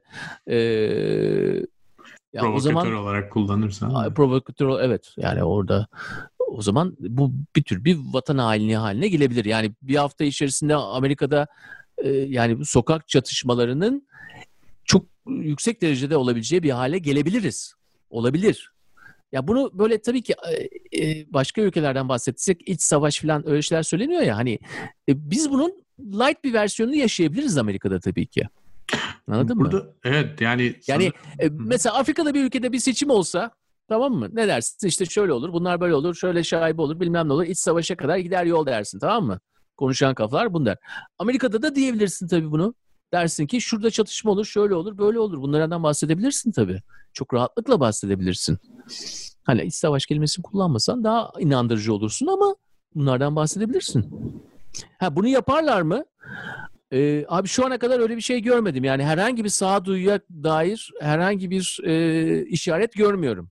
provokatör olarak kullanırsan. Provokatör, evet. Yani orada o zaman bu bir tür bir vatan hainliği haline gelebilir. Yani bir hafta içerisinde Amerika'da yani bu sokak çatışmalarının çok yüksek derecede olabileceği bir hale gelebiliriz. Olabilir. Ya bunu böyle tabii ki başka ülkelerden bahsetsek iç savaş falan öyle şeyler söyleniyor ya, hani biz bunun light bir versiyonunu yaşayabiliriz Amerika'da tabii ki. Anladın mı? Evet yani mesela Afrika'da bir ülkede bir seçim olsa, tamam mı? Ne dersin? İşte şöyle olur, bunlar böyle olur, şöyle şaibe olur, bilmem ne olur. İç savaşa kadar gider yol dersin, tamam mı? Konuşan kafalar bunu der. Amerika'da da diyebilirsin tabii bunu. Dersin ki şurada çatışma olur, şöyle olur, böyle olur. Bunlardan bahsedebilirsin tabii. Çok rahatlıkla bahsedebilirsin. Hani iç savaş kelimesini kullanmasan daha inandırıcı olursun ama bunlardan bahsedebilirsin. Bunu yaparlar mı? Abi şu ana kadar öyle bir şey görmedim. Yani herhangi bir sağduyuya dair herhangi bir işaret görmüyorum.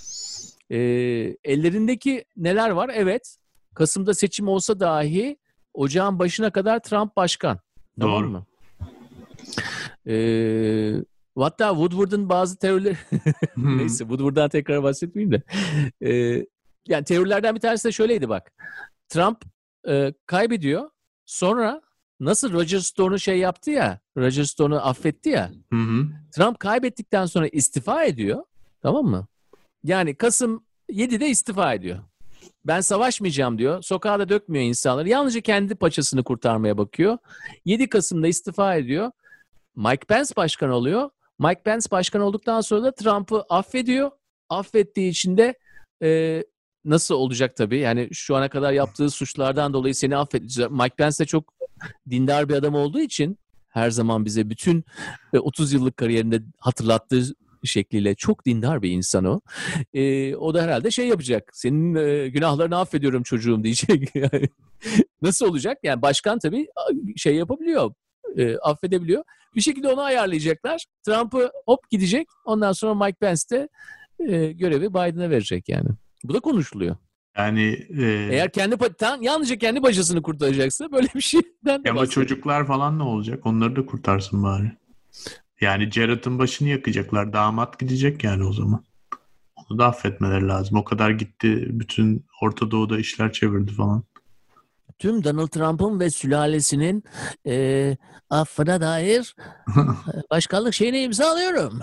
Ellerindeki neler var? Evet. Kasım'da seçim olsa dahi ocağın başına kadar Trump başkan. Doğru. Tamam mı? Hatta Woodward'ın bazı teorileri neyse Woodward'dan tekrar bahsetmeyeyim de. Yani teorilerden bir tanesi de şöyleydi bak. Trump kaybediyor. Sonra nasıl Roger Stone'u yaptı ya, Roger Stone'u affetti ya. Trump kaybettikten sonra istifa ediyor. Tamam mı? Yani Kasım 7'de istifa ediyor. Ben savaşmayacağım diyor. Sokağa da dökmüyor insanları. Yalnızca kendi paçasını kurtarmaya bakıyor. 7 Kasım'da istifa ediyor. Mike Pence başkan oluyor. Mike Pence başkan olduktan sonra da Trump'ı affediyor. Affettiği için de nasıl olacak tabii? Yani şu ana kadar yaptığı suçlardan dolayı seni affedecek. Mike Pence de çok dindar bir adam olduğu için her zaman bize bütün 30 yıllık kariyerinde hatırlattığı şekliyle çok dindar bir insan o. O da herhalde yapacak. Senin günahlarını affediyorum çocuğum diyecek. Yani, nasıl olacak? Yani başkan tabii yapabiliyor. Affedebiliyor. Bir şekilde onu ayarlayacaklar. Trump'ı hop gidecek. Ondan sonra Mike Pence de görevi Biden'a verecek yani. Bu da konuşuluyor. Yani eğer yalnızca kendi başısını kurtaracaksa böyle bir şeyden de ama çocuklar falan ne olacak? Onları da kurtarsın bari. Yani Jared'ın başını yakacaklar. Damat gidecek yani o zaman. Onu da affetmeleri lazım. O kadar gitti. Bütün Orta Doğu'da işler çevirdi falan. Tüm Donald Trump'ın ve sülalesinin affına dair başkanlık şeyini imzalıyorum.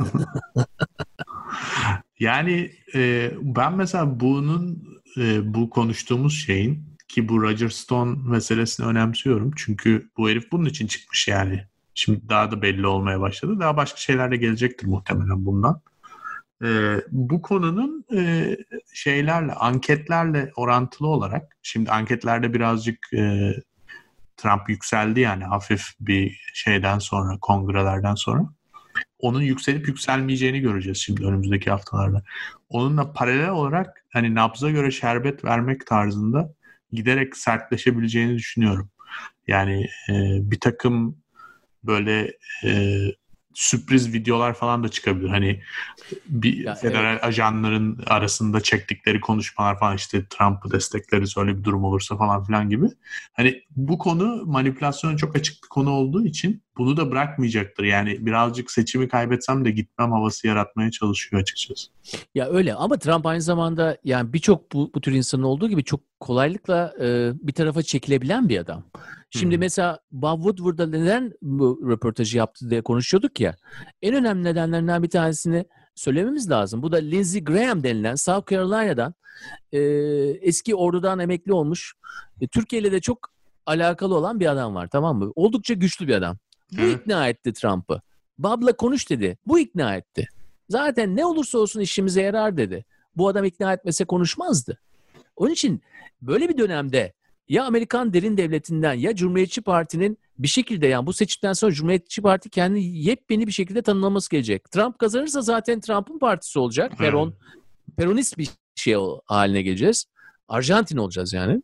Yani ben mesela bu konuştuğumuz şeyin ki bu Roger Stone meselesini önemsiyorum. Çünkü bu herif bunun için çıkmış yani. Şimdi daha da belli olmaya başladı. Daha başka şeyler de gelecektir muhtemelen bundan. Bu konunun anketlerle orantılı olarak, şimdi anketlerde birazcık Trump yükseldi yani hafif bir şeyden sonra, kongrelerden sonra. Onun yükselip yükselmeyeceğini göreceğiz şimdi önümüzdeki haftalarda. Onunla paralel olarak hani nabza göre şerbet vermek tarzında giderek sertleşebileceğini düşünüyorum. Yani bir takım böyle sürpriz videolar falan da çıkabilir. Hani bir federal ajanların arasında çektikleri konuşmalar falan, işte Trump'ı destekleriz öyle bir durum olursa falan filan gibi. Hani bu konu manipülasyona çok açık bir konu olduğu için bunu da bırakmayacaktır. Yani birazcık seçimi kaybetsem de gitmem havası yaratmaya çalışıyor açıkçası. Ya öyle ama Trump aynı zamanda yani birçok bu tür insanın olduğu gibi çok kolaylıkla bir tarafa çekilebilen bir adam. Şimdi mesela Bob Woodward'da neden bu röportajı yaptı diye konuşuyorduk ya. En önemli nedenlerinden bir tanesini söylememiz lazım. Bu da Lindsey Graham denilen South Carolina'dan eski ordudan emekli olmuş. Türkiye ile de çok alakalı olan bir adam var, tamam mı? Oldukça güçlü bir adam. Bu ikna etti Trump'ı. Bob'la konuş dedi. Bu ikna etti. Zaten ne olursa olsun işimize yarar dedi. Bu adam ikna etmese konuşmazdı. Onun için böyle bir dönemde ya Amerikan derin devletinden ya Cumhuriyetçi Parti'nin bir şekilde, yani bu seçimden sonra Cumhuriyetçi Parti kendini yepyeni bir şekilde tanımlaması gelecek. Trump kazanırsa zaten Trump'ın partisi olacak. Peronist bir şey haline geleceğiz. Arjantin olacağız yani.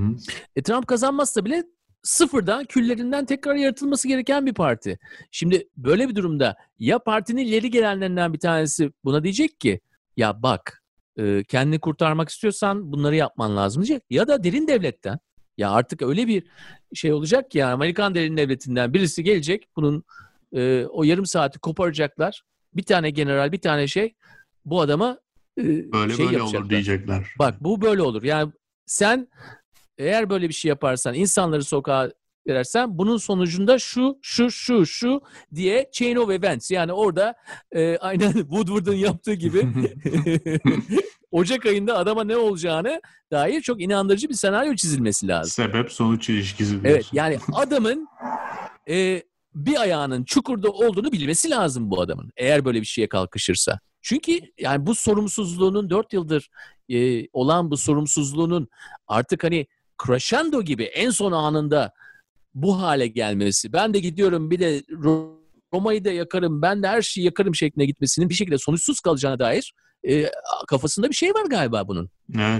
Trump kazanmazsa bile sıfırdan, küllerinden tekrar yaratılması gereken bir parti. Şimdi böyle bir durumda ya partinin ileri gelenlerinden bir tanesi buna diyecek ki ya bak kendini kurtarmak istiyorsan bunları yapman lazım diyecek. Ya da derin devletten, ya artık öyle bir şey olacak ki yani Amerikan derin devletinden birisi gelecek, bunun o yarım saati koparacaklar. Bir tane general, bir tane bu adama böyle olur diyecekler. Bak bu böyle olur. Yani sen eğer böyle bir şey yaparsan, insanları sokağa verersen bunun sonucunda şu diye chain of events, yani orada aynen Woodward'ın yaptığı gibi Ocak ayında adama ne olacağını dair çok inandırıcı bir senaryo çizilmesi lazım. Sebep sonuç ilişkisi diyorsun. Evet, yani adamın bir ayağının çukurda olduğunu bilmesi lazım bu adamın, eğer böyle bir şeye kalkışırsa. Çünkü yani bu sorumsuzluğunun 4 yıldır olan bu sorumsuzluğunun artık hani crescendo gibi en son anında bu hale gelmesi, ben de gidiyorum bir de Roma'yı da yakarım, ben de her şeyi yakarım şeklinde gitmesinin bir şekilde sonuçsuz kalacağına dair kafasında bir şey var galiba bunun. Evet.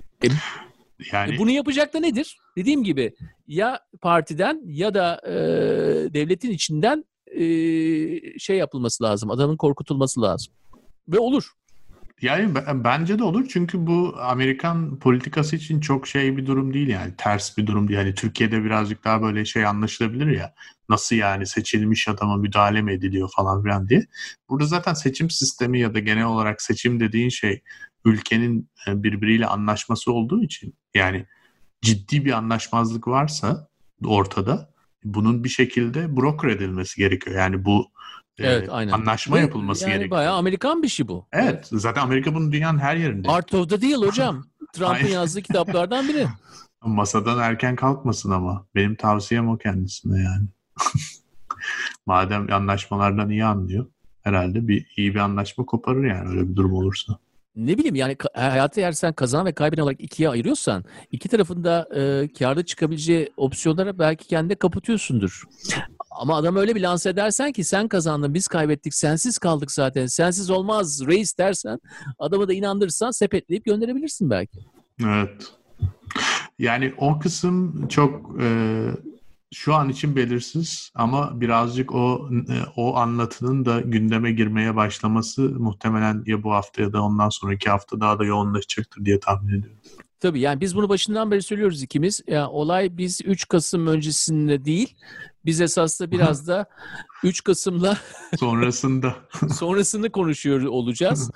Yani bunu yapacak da nedir? Dediğim gibi ya partiden ya da devletin içinden yapılması lazım. Adamın korkutulması lazım. Ve olur. Yani bence de olur çünkü bu Amerikan politikası için çok şey bir durum değil yani ters bir durum değil. Yani Türkiye'de birazcık daha böyle şey anlaşılabilir ya nasıl yani seçilmiş adama müdahale mi ediliyor falan filan diye. Burada zaten seçim sistemi ya da genel olarak seçim dediğin şey ülkenin birbiriyle anlaşması olduğu için yani ciddi bir anlaşmazlık varsa ortada bunun bir şekilde broker edilmesi gerekiyor. Yani bu Evet, aynen. anlaşma Ve yapılması yani bayağı gerekiyor. Amerikan bir şey bu. Evet, zaten Amerika bunun dünyanın her yerinde Art yapıyor. of the Deal hocam. Trump'ın Aynen. yazdığı kitaplardan biri. Masadan erken kalkmasın ama. Benim tavsiyem o kendisine yani. Madem anlaşmalardan iyi anlıyor. Herhalde iyi bir anlaşma koparır yani öyle bir durum olursa. Ne bileyim yani hayatı eğer sen kazanan ve kaybeden olarak ikiye ayırıyorsan iki tarafında kârda çıkabileceği opsiyonlara belki kendine kapatıyorsundur. Ama adam öyle bir lanse edersen ki sen kazandın biz kaybettik sensiz kaldık zaten sensiz olmaz reis dersen adamı da inandırırsan sepetleyip gönderebilirsin belki. Evet. Yani o kısım çok şu an için belirsiz ama birazcık o anlatının da gündeme girmeye başlaması muhtemelen ya bu hafta ya da ondan sonraki hafta daha da yoğunlaşacaktır diye tahmin ediyorum. Tabii yani biz bunu başından beri söylüyoruz ikimiz. Yani olay biz 3 Kasım öncesinde değil. Biz esasında biraz da 3 Kasım'la sonrasını konuşuyor olacağız.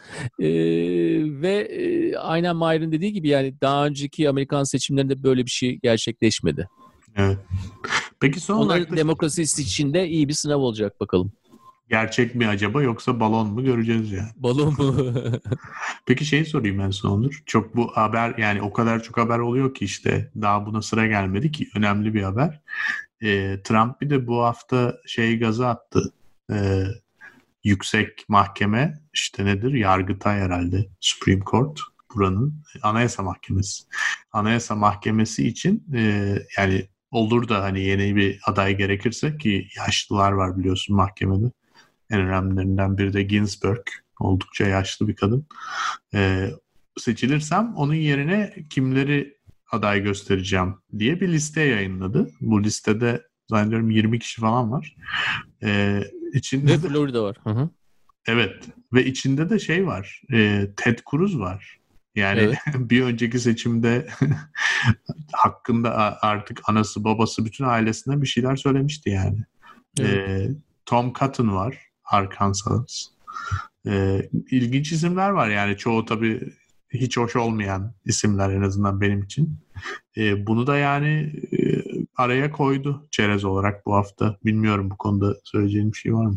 Aynen Mahir'in dediği gibi yani daha önceki Amerikan seçimlerinde böyle bir şey gerçekleşmedi. Evet. Peki son olarak Onların demokrasisi için de iyi bir sınav olacak bakalım. Gerçek mi acaba yoksa balon mu göreceğiz yani. Balon mu? Peki şeyi sorayım en son Onur. Çok bu haber yani o kadar çok haber oluyor ki işte daha buna sıra gelmedi ki önemli bir haber. Trump bir de bu hafta gazı attı. Yüksek mahkeme işte nedir? Yargıtay herhalde. Supreme Court buranın Anayasa Mahkemesi. Anayasa Mahkemesi için yani olur da hani yeni bir aday gerekirse ki yaşlılar var biliyorsun mahkemede. En önemlilerinden biri de Ginsburg. Oldukça yaşlı bir kadın. Seçilirsem onun yerine kimleri aday göstereceğim diye bir liste yayınladı. Bu listede zannediyorum 20 kişi falan var. İçinde Ve Florida var. Hı-hı. Evet. Ve içinde de var. Ted Cruz var. Yani Evet. bir önceki seçimde hakkında artık anası babası bütün ailesine bir şeyler söylemişti yani. Evet. Tom Cotton var. Arkansas. İlginç isimler var yani. Çoğu tabii hiç hoş olmayan isimler en azından benim için. Bunu da yani araya koydu çerez olarak bu hafta. Bilmiyorum bu konuda söyleyeceğim bir şey var mı?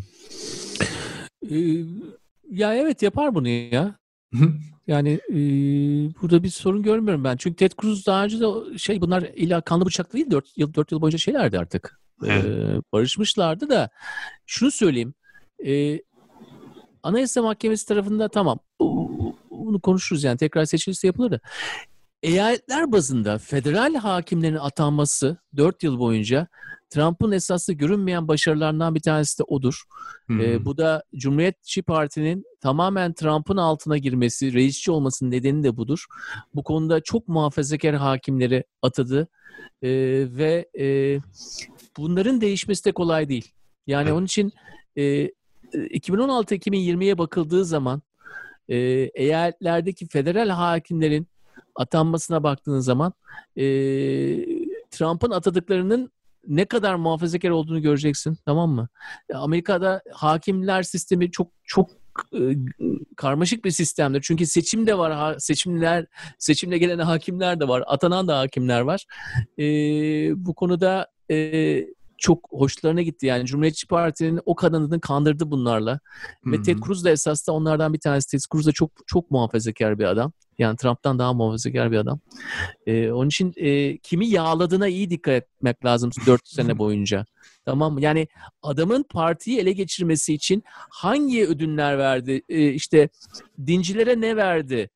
Ya evet yapar bunu ya. Yani burada bir sorun görmüyorum ben. Çünkü Ted Cruz daha önce de bunlar illa kanlı bıçaklı değil 4 yıl boyunca şeylerdi artık. Evet. Barışmışlardı da şunu söyleyeyim. Anayasa Mahkemesi tarafında tamam bunu konuşuruz yani tekrar seçilirse yapılır da eyaletler bazında federal hakimlerin atanması 4 yıl boyunca Trump'ın esaslı görünmeyen başarılarından bir tanesi de odur. Bu da Cumhuriyetçi Parti'nin tamamen Trump'ın altına girmesi, reisçi olmasının nedeni de budur. Bu konuda çok muhafazakar hakimleri atadı ve bunların değişmesi de kolay değil. Yani onun için 2016-2020'ye bakıldığı zaman eyaletlerdeki federal hakimlerin atanmasına baktığın zaman Trump'ın atadıklarının ne kadar muhafazakar olduğunu göreceksin, tamam mı? Amerika'da hakimler sistemi çok karmaşık bir sistemdir. Çünkü seçim de var, seçimle gelen hakimler de var, atanan da hakimler var. Bu konuda çok hoşlarına gitti. Yani Cumhuriyetçi Parti'nin o kanadını kandırdı bunlarla. Ve Ted Cruz da esas da onlardan bir tanesi. Ted Cruz da çok muhafazakar bir adam. Yani Trump'tan daha muhafazakar bir adam. Onun için kimi yağladığına iyi dikkat etmek lazım 4 sene boyunca. Tamam mı? Yani adamın partiyi ele geçirmesi için hangi ödünler verdi? İşte dincilere ne verdi?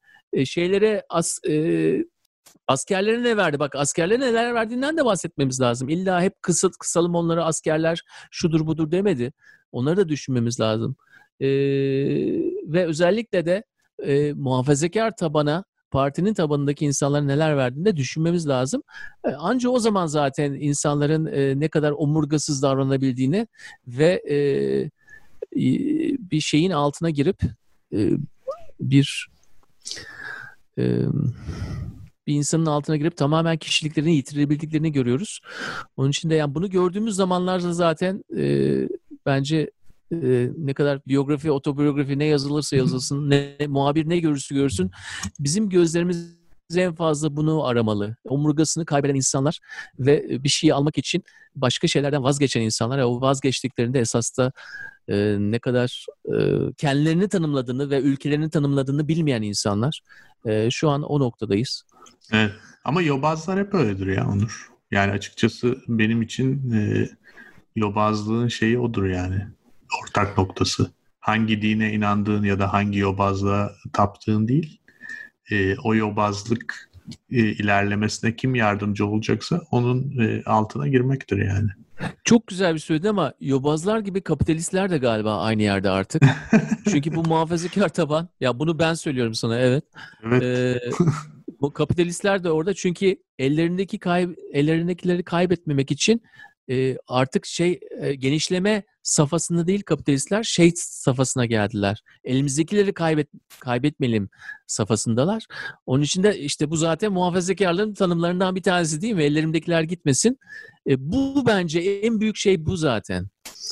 Askerlere ne verdi? Bak askerlere neler verdiğinden de bahsetmemiz lazım. İlla hep kısalım onları askerler şudur budur demedi. Onları da düşünmemiz lazım. Ve özellikle de muhafazakar tabana, partinin tabanındaki insanların neler verdiğini de düşünmemiz lazım. Anca o zaman zaten insanların ne kadar omurgasız davranabildiğini ve bir şeyin altına girip bir bir insanın altına girip tamamen kişiliklerini yitirebildiklerini görüyoruz. Onun için de yani bunu gördüğümüz zamanlarda zaten bence ne kadar biyografi, otobiyografi ne yazılırsa yazılsın, ne muhabir ne görürse görsün, bizim gözlerimiz en fazla bunu aramalı. Omurgasını kaybeden insanlar ve bir şeyi almak için başka şeylerden vazgeçen insanlar, o vazgeçtiklerinde esas da ne kadar kendilerini tanımladığını ve ülkelerini tanımladığını bilmeyen insanlar. Şu an o noktadayız. Evet. Ama yobazlar hep öyledir ya Onur. Yani açıkçası benim için yobazlığın şeyi odur yani. Ortak noktası. Hangi dine inandığın ya da hangi yobazlığa taptığın değil. O yobazlık ilerlemesine kim yardımcı olacaksa onun altına girmektir yani. Çok güzel bir söyledi ama yobazlar gibi kapitalistler de galiba aynı yerde artık. Çünkü bu muhafazakar taban, ya bunu ben söylüyorum sana, evet. Evet. Bu kapitalistler de orada çünkü ellerindekileri kaybetmemek için artık genişleme safhasında değil, kapitalistler safhasına geldiler. Elimizdekileri kaybetmeyelim safhasındalar. Onun için de işte bu zaten muhafazakarların tanımlarından bir tanesi değil mi? Ellerimdekiler gitmesin. Bu bence en büyük şey bu zaten.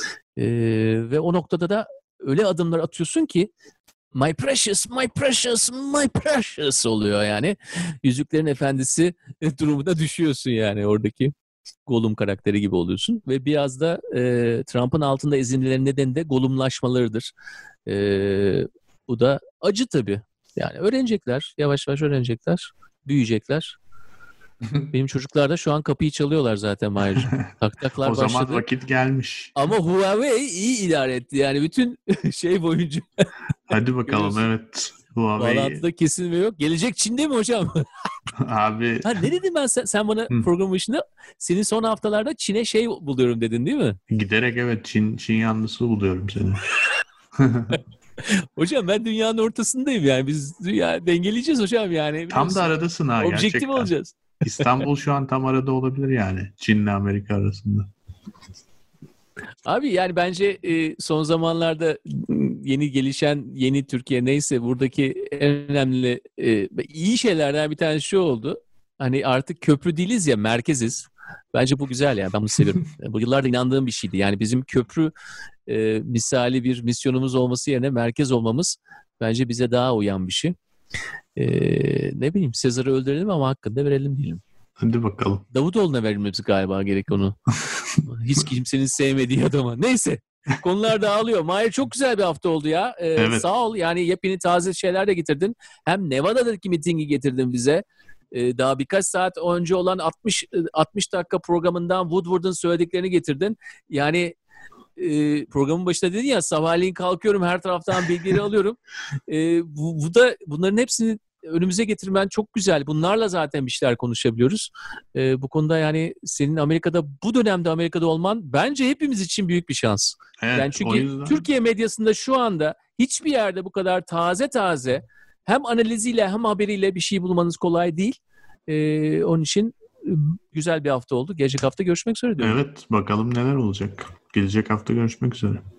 Ve o noktada da öyle adımlar atıyorsun ki my precious, my precious, my precious oluyor yani. Yüzüklerin Efendisi durumuna düşüyorsun yani, oradaki Gollum karakteri gibi oluyorsun. Ve biraz da Trump'ın altında ezilmelerinin nedeni de Gollumlaşmalarıdır. Bu da acı tabii. Yani öğrenecekler, yavaş yavaş öğrenecekler, büyüyecekler. Benim çocuklar da şu an kapıyı çalıyorlar zaten Mahir'cim. Tak-taklar başladı. O zaman vakit gelmiş. Ama Huawei iyi idare etti yani bütün şey boyunca. Hadi bakalım, evet. Huawei. Bağlantıda kesilme yok. Gelecek Çin'de mi hocam? Abi. Ha, ne dedim ben, sen bana program başında senin son haftalarda Çin'e şey buluyorum dedin değil mi? Giderek evet Çin yanlısı buluyorum seni. Hocam ben dünyanın ortasındayım yani, biz dünya dengeleyeceğiz hocam yani. Tam da aradasın ha, objektif gerçekten. olacağız. İstanbul şu an tam arada olabilir yani. Çin'le Amerika arasında. Abi yani bence son zamanlarda yeni gelişen yeni Türkiye neyse, buradaki en önemli iyi şeylerden bir tanesi şu oldu. Hani artık köprü değiliz ya, merkeziz. Bence bu güzel yani, ben bunu seviyorum. Bu yıllarda inandığım bir şeydi. Yani bizim köprü misali bir misyonumuz olması yerine merkez olmamız bence bize daha uyan bir şey. Ne bileyim, Sezar'ı öldürelim ama hakkını da verelim diyelim. Hadi bakalım. Davutoğlu'na verilmesi galiba gerek onu. Hiç kimsenin sevmediği adama. Neyse. Konular dağılıyor. Mahir, çok güzel bir hafta oldu ya. Evet. Sağ ol. Yani yepyeni taze şeyler de getirdin. Hem Nevada'daki mitingi getirdin bize. Daha birkaç saat önce olan 60 dakika programından Woodward'ın söylediklerini getirdin. Yani programın başında dedin ya, sabahleyin kalkıyorum her taraftan bilgileri alıyorum. Bu da bunların hepsini önümüze getirmen çok güzel. Bunlarla zaten bir şeyler konuşabiliyoruz. Bu konuda yani senin bu dönemde Amerika'da olman bence hepimiz için büyük bir şans. Evet, yani çünkü Türkiye medyasında şu anda hiçbir yerde bu kadar taze hem analiziyle hem haberiyle bir şey bulmanız kolay değil. Onun için güzel bir hafta oldu. Gelecek hafta görüşmek üzere diyorum. Evet, bakalım neler olacak. Gelecek hafta görüşmek üzere.